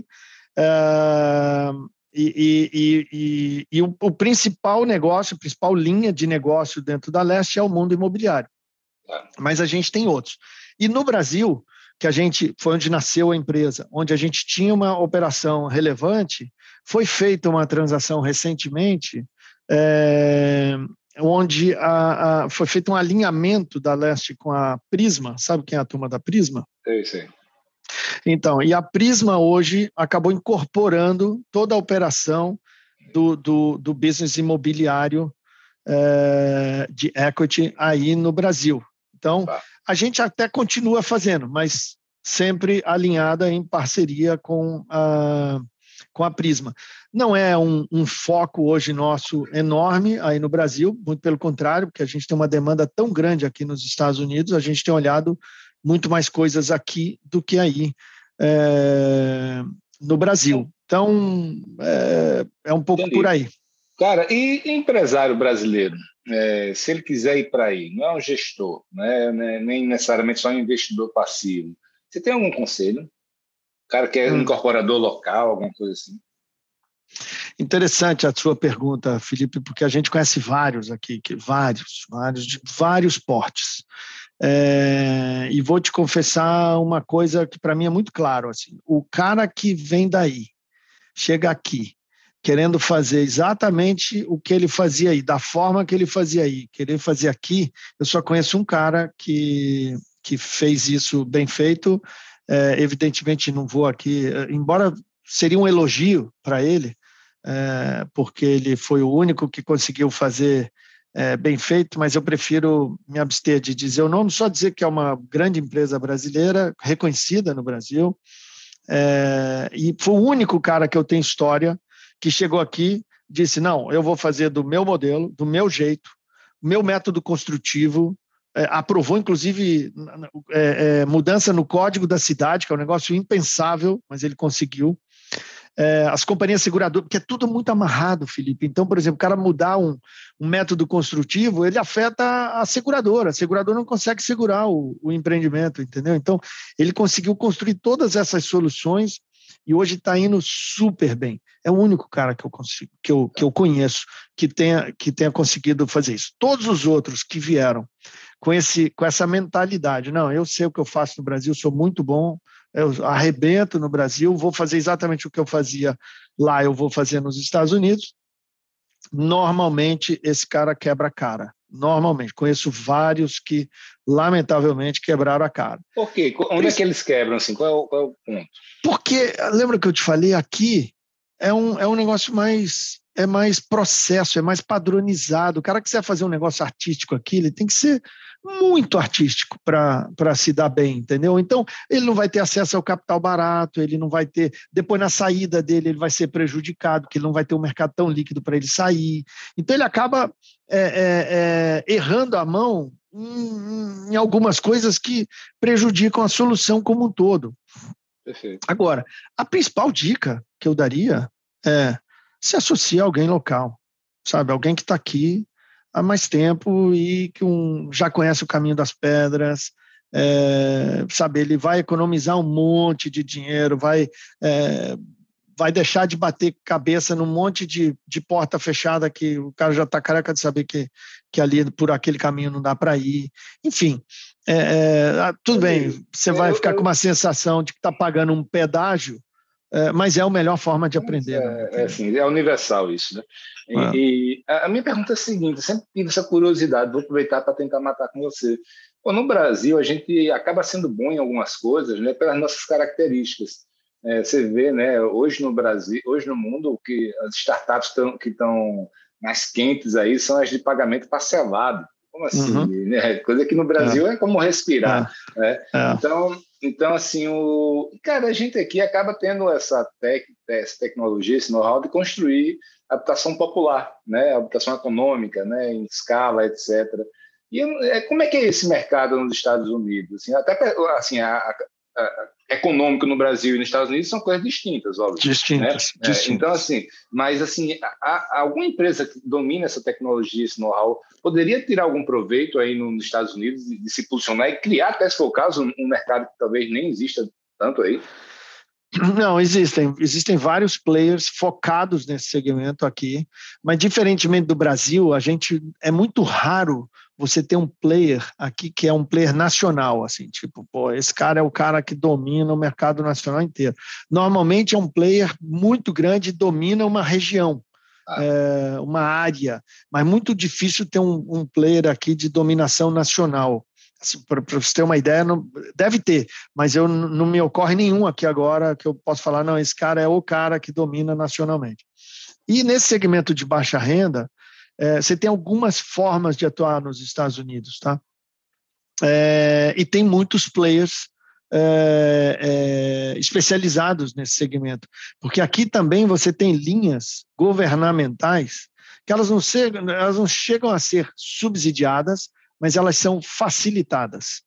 E o principal negócio, a principal linha de negócio dentro da Leste é o mundo imobiliário. Mas a gente tem outros. E no Brasil, que foi onde nasceu a empresa, onde a gente tinha uma operação relevante, foi feita uma transação recentemente, onde foi feito um alinhamento da Leste com a Prisma. Sabe quem é a turma da Prisma? Sei. Então, e a Prisma hoje acabou incorporando toda a operação do business imobiliário de equity aí no Brasil. Então, a gente até continua fazendo, mas sempre alinhada em parceria com a Prisma. Não é um foco hoje nosso enorme aí no Brasil, muito pelo contrário, porque a gente tem uma demanda tão grande aqui nos Estados Unidos, a gente tem olhado muito mais coisas aqui do que aí no Brasil. Então, é um pouco por aí. Cara, e empresário brasileiro? Se ele quiser ir para aí, não é um gestor, né? Nem necessariamente só um investidor passivo. Você tem algum conselho? O cara que é um incorporador local, alguma coisa assim? Interessante a sua pergunta, Felipe, porque a gente conhece vários aqui, de vários portes. E vou te confessar uma coisa que para mim é muito claro. Assim, o cara que vem daí, chega aqui, querendo fazer exatamente o que ele fazia aí, da forma que ele fazia aí, querer fazer aqui, eu só conheço um cara que fez isso bem feito. Evidentemente, não vou aqui, embora seria um elogio para ele, porque ele foi o único que conseguiu fazer bem feito, mas eu prefiro me abster de dizer o nome, só dizer que é uma grande empresa brasileira, reconhecida no Brasil, e foi o único cara que eu tenho história que chegou aqui, disse, não, eu vou fazer do meu modelo, do meu jeito, meu método construtivo, aprovou, inclusive, mudança no código da cidade, que é um negócio impensável, mas ele conseguiu. As companhias seguradoras, porque é tudo muito amarrado, Felipe. Então, por exemplo, o cara mudar um método construtivo, ele afeta a seguradora não consegue segurar o empreendimento, entendeu? Então, ele conseguiu construir todas essas soluções e hoje está indo super bem. É o único cara que eu conheço que tenha conseguido fazer isso. Todos os outros que vieram com essa mentalidade, não, eu sei o que eu faço no Brasil, sou muito bom, eu arrebento no Brasil, vou fazer exatamente o que eu fazia lá, eu vou fazer nos Estados Unidos. Normalmente, esse cara quebra a cara. Normalmente. Conheço vários que, lamentavelmente, quebraram a cara. Por quê? Onde é que eles quebram? Assim? Qual é o ponto? Porque, lembra que eu te falei, aqui é um negócio mais processo, é mais padronizado. O cara que quiser fazer um negócio artístico aqui, ele tem que ser muito artístico para se dar bem, entendeu? Então, ele não vai ter acesso ao capital barato, ele não vai ter... Depois, na saída dele, ele vai ser prejudicado, porque ele não vai ter um mercado tão líquido para ele sair. Então, ele acaba errando a mão em algumas coisas que prejudicam a solução como um todo. Perfeito. Agora, a principal dica que eu daria é se associar a alguém local, sabe? Alguém que está aqui há mais tempo e que já conhece o caminho das pedras, sabe? Ele vai economizar um monte de dinheiro, vai deixar de bater cabeça num monte de porta fechada que o cara já está careca de saber que ali por aquele caminho não dá para ir. Enfim, tudo bem, você vai ficar com uma sensação de que está pagando um pedágio, mas é a melhor forma de aprender. Assim, é universal isso, né? E a minha pergunta é a seguinte, eu sempre tive essa curiosidade, vou aproveitar para tentar matar com você. No Brasil, a gente acaba sendo bom em algumas coisas, né, pelas nossas características. Você vê, né, hoje no Brasil, hoje no mundo, que as startups que estão mais quentes aí são as de pagamento parcelado. Como assim? Uhum. Né? Coisa que no Brasil é como respirar. Né? Então, assim, cara, a gente aqui acaba tendo essa tecnologia, esse know-how de construir habitação popular, né? Habitação econômica, né? Em escala, etc. E como é que é esse mercado nos Estados Unidos? Assim, até assim, econômico no Brasil e nos Estados Unidos são coisas distintas, óbvio. Distintas. Então, assim, mas assim, alguma empresa que domina essa tecnologia, esse know-how, poderia tirar algum proveito aí nos Estados Unidos de se posicionar e criar, até se for o caso, um mercado que talvez nem exista tanto aí? Não, existem vários players focados nesse segmento aqui, mas diferentemente do Brasil, é muito raro você ter um player aqui que é um player nacional, assim, tipo, esse cara é o cara que domina o mercado nacional inteiro. Normalmente é um player muito grande e domina uma região, uma área, mas muito difícil ter um player aqui de dominação nacional. Assim, para você ter uma ideia, deve ter, mas não me ocorre nenhum aqui agora que eu posso falar, não, esse cara é o cara que domina nacionalmente. E nesse segmento de baixa renda, você tem algumas formas de atuar nos Estados Unidos, tá? E tem muitos players especializados nesse segmento, porque aqui também você tem linhas governamentais que elas não chegam a ser subsidiadas, mas elas são facilitadas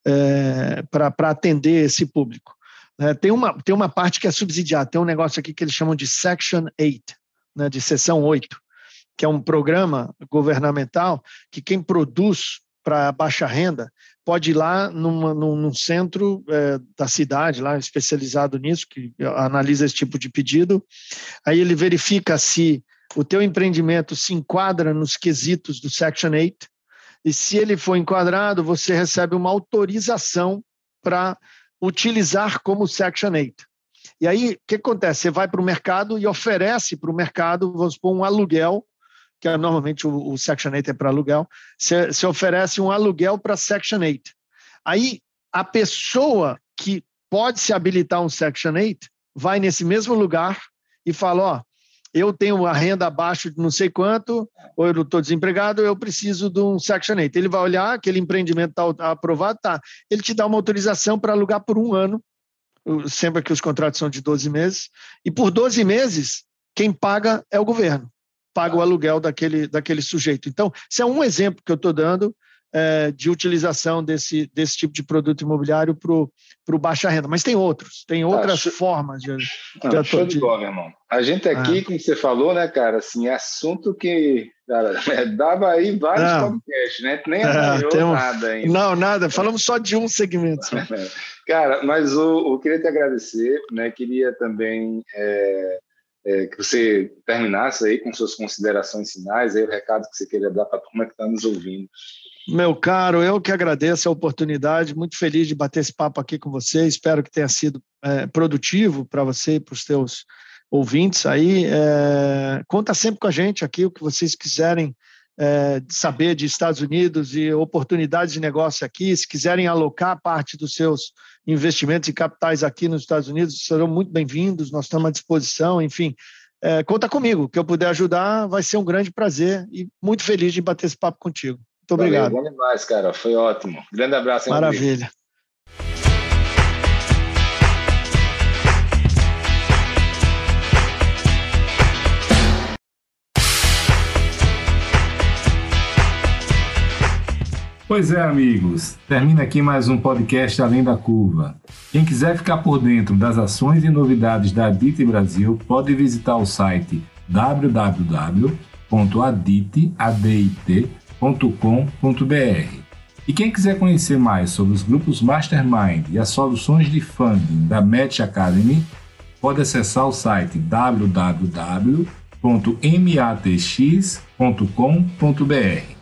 para atender esse público. Tem uma parte que é subsidiada, tem um negócio aqui que eles chamam de Section 8, né, de Seção 8, que é um programa governamental que quem produz para baixa renda pode ir lá num centro da cidade, lá especializado nisso, que analisa esse tipo de pedido, aí ele verifica se o teu empreendimento se enquadra nos quesitos do Section 8, e se ele for enquadrado, você recebe uma autorização para utilizar como Section 8. E aí, o que acontece? Você vai para o mercado e oferece para o mercado, vamos supor, um aluguel, que normalmente o Section 8 é para aluguel, você oferece um aluguel para Section 8. Aí, a pessoa que pode se habilitar um Section 8 vai nesse mesmo lugar e fala, eu tenho uma renda abaixo de não sei quanto, ou eu estou desempregado, eu preciso de um Section 8. Ele vai olhar, aquele empreendimento está aprovado, ele te dá uma autorização para alugar por 1 ano, sempre que os contratos são de 12 meses, e por 12 meses, quem paga é o governo, paga o aluguel daquele sujeito. Então, esse é um exemplo que eu estou dando de utilização desse tipo de produto imobiliário para o baixa renda. Mas tem outras formas de show de bola, meu irmão. A gente aqui, como você falou, né, cara, assim, é assunto que, cara, dava aí vários podcasts, né? Nem arranjou nada ainda. Não, nada. Falamos só de um segmento. Cara, mas eu queria te agradecer, né? Queria também que você terminasse aí com suas considerações finais, aí o recado que você queria dar para a turma que está nos ouvindo. Meu caro, eu que agradeço a oportunidade, muito feliz de bater esse papo aqui com você, espero que tenha sido produtivo para você e para os teus ouvintes aí. Conta sempre com a gente aqui, o que vocês quiserem saber de Estados Unidos e oportunidades de negócio aqui, se quiserem alocar parte dos seus investimentos e capitais aqui nos Estados Unidos, serão muito bem-vindos, nós estamos à disposição, enfim. Conta comigo, o que eu puder ajudar vai ser um grande prazer e muito feliz de bater esse papo contigo. Muito obrigado. Valeu, bom demais, cara. Foi ótimo. Grande abraço. Maravilha. Pois é, amigos. Termina aqui mais um podcast Além da Curva. Quem quiser ficar por dentro das ações e novidades da Adit Brasil, pode visitar o site www.adit.com.br. E quem quiser conhecer mais sobre os grupos Mastermind e as soluções de funding da Match Academy, pode acessar o site www.matx.com.br.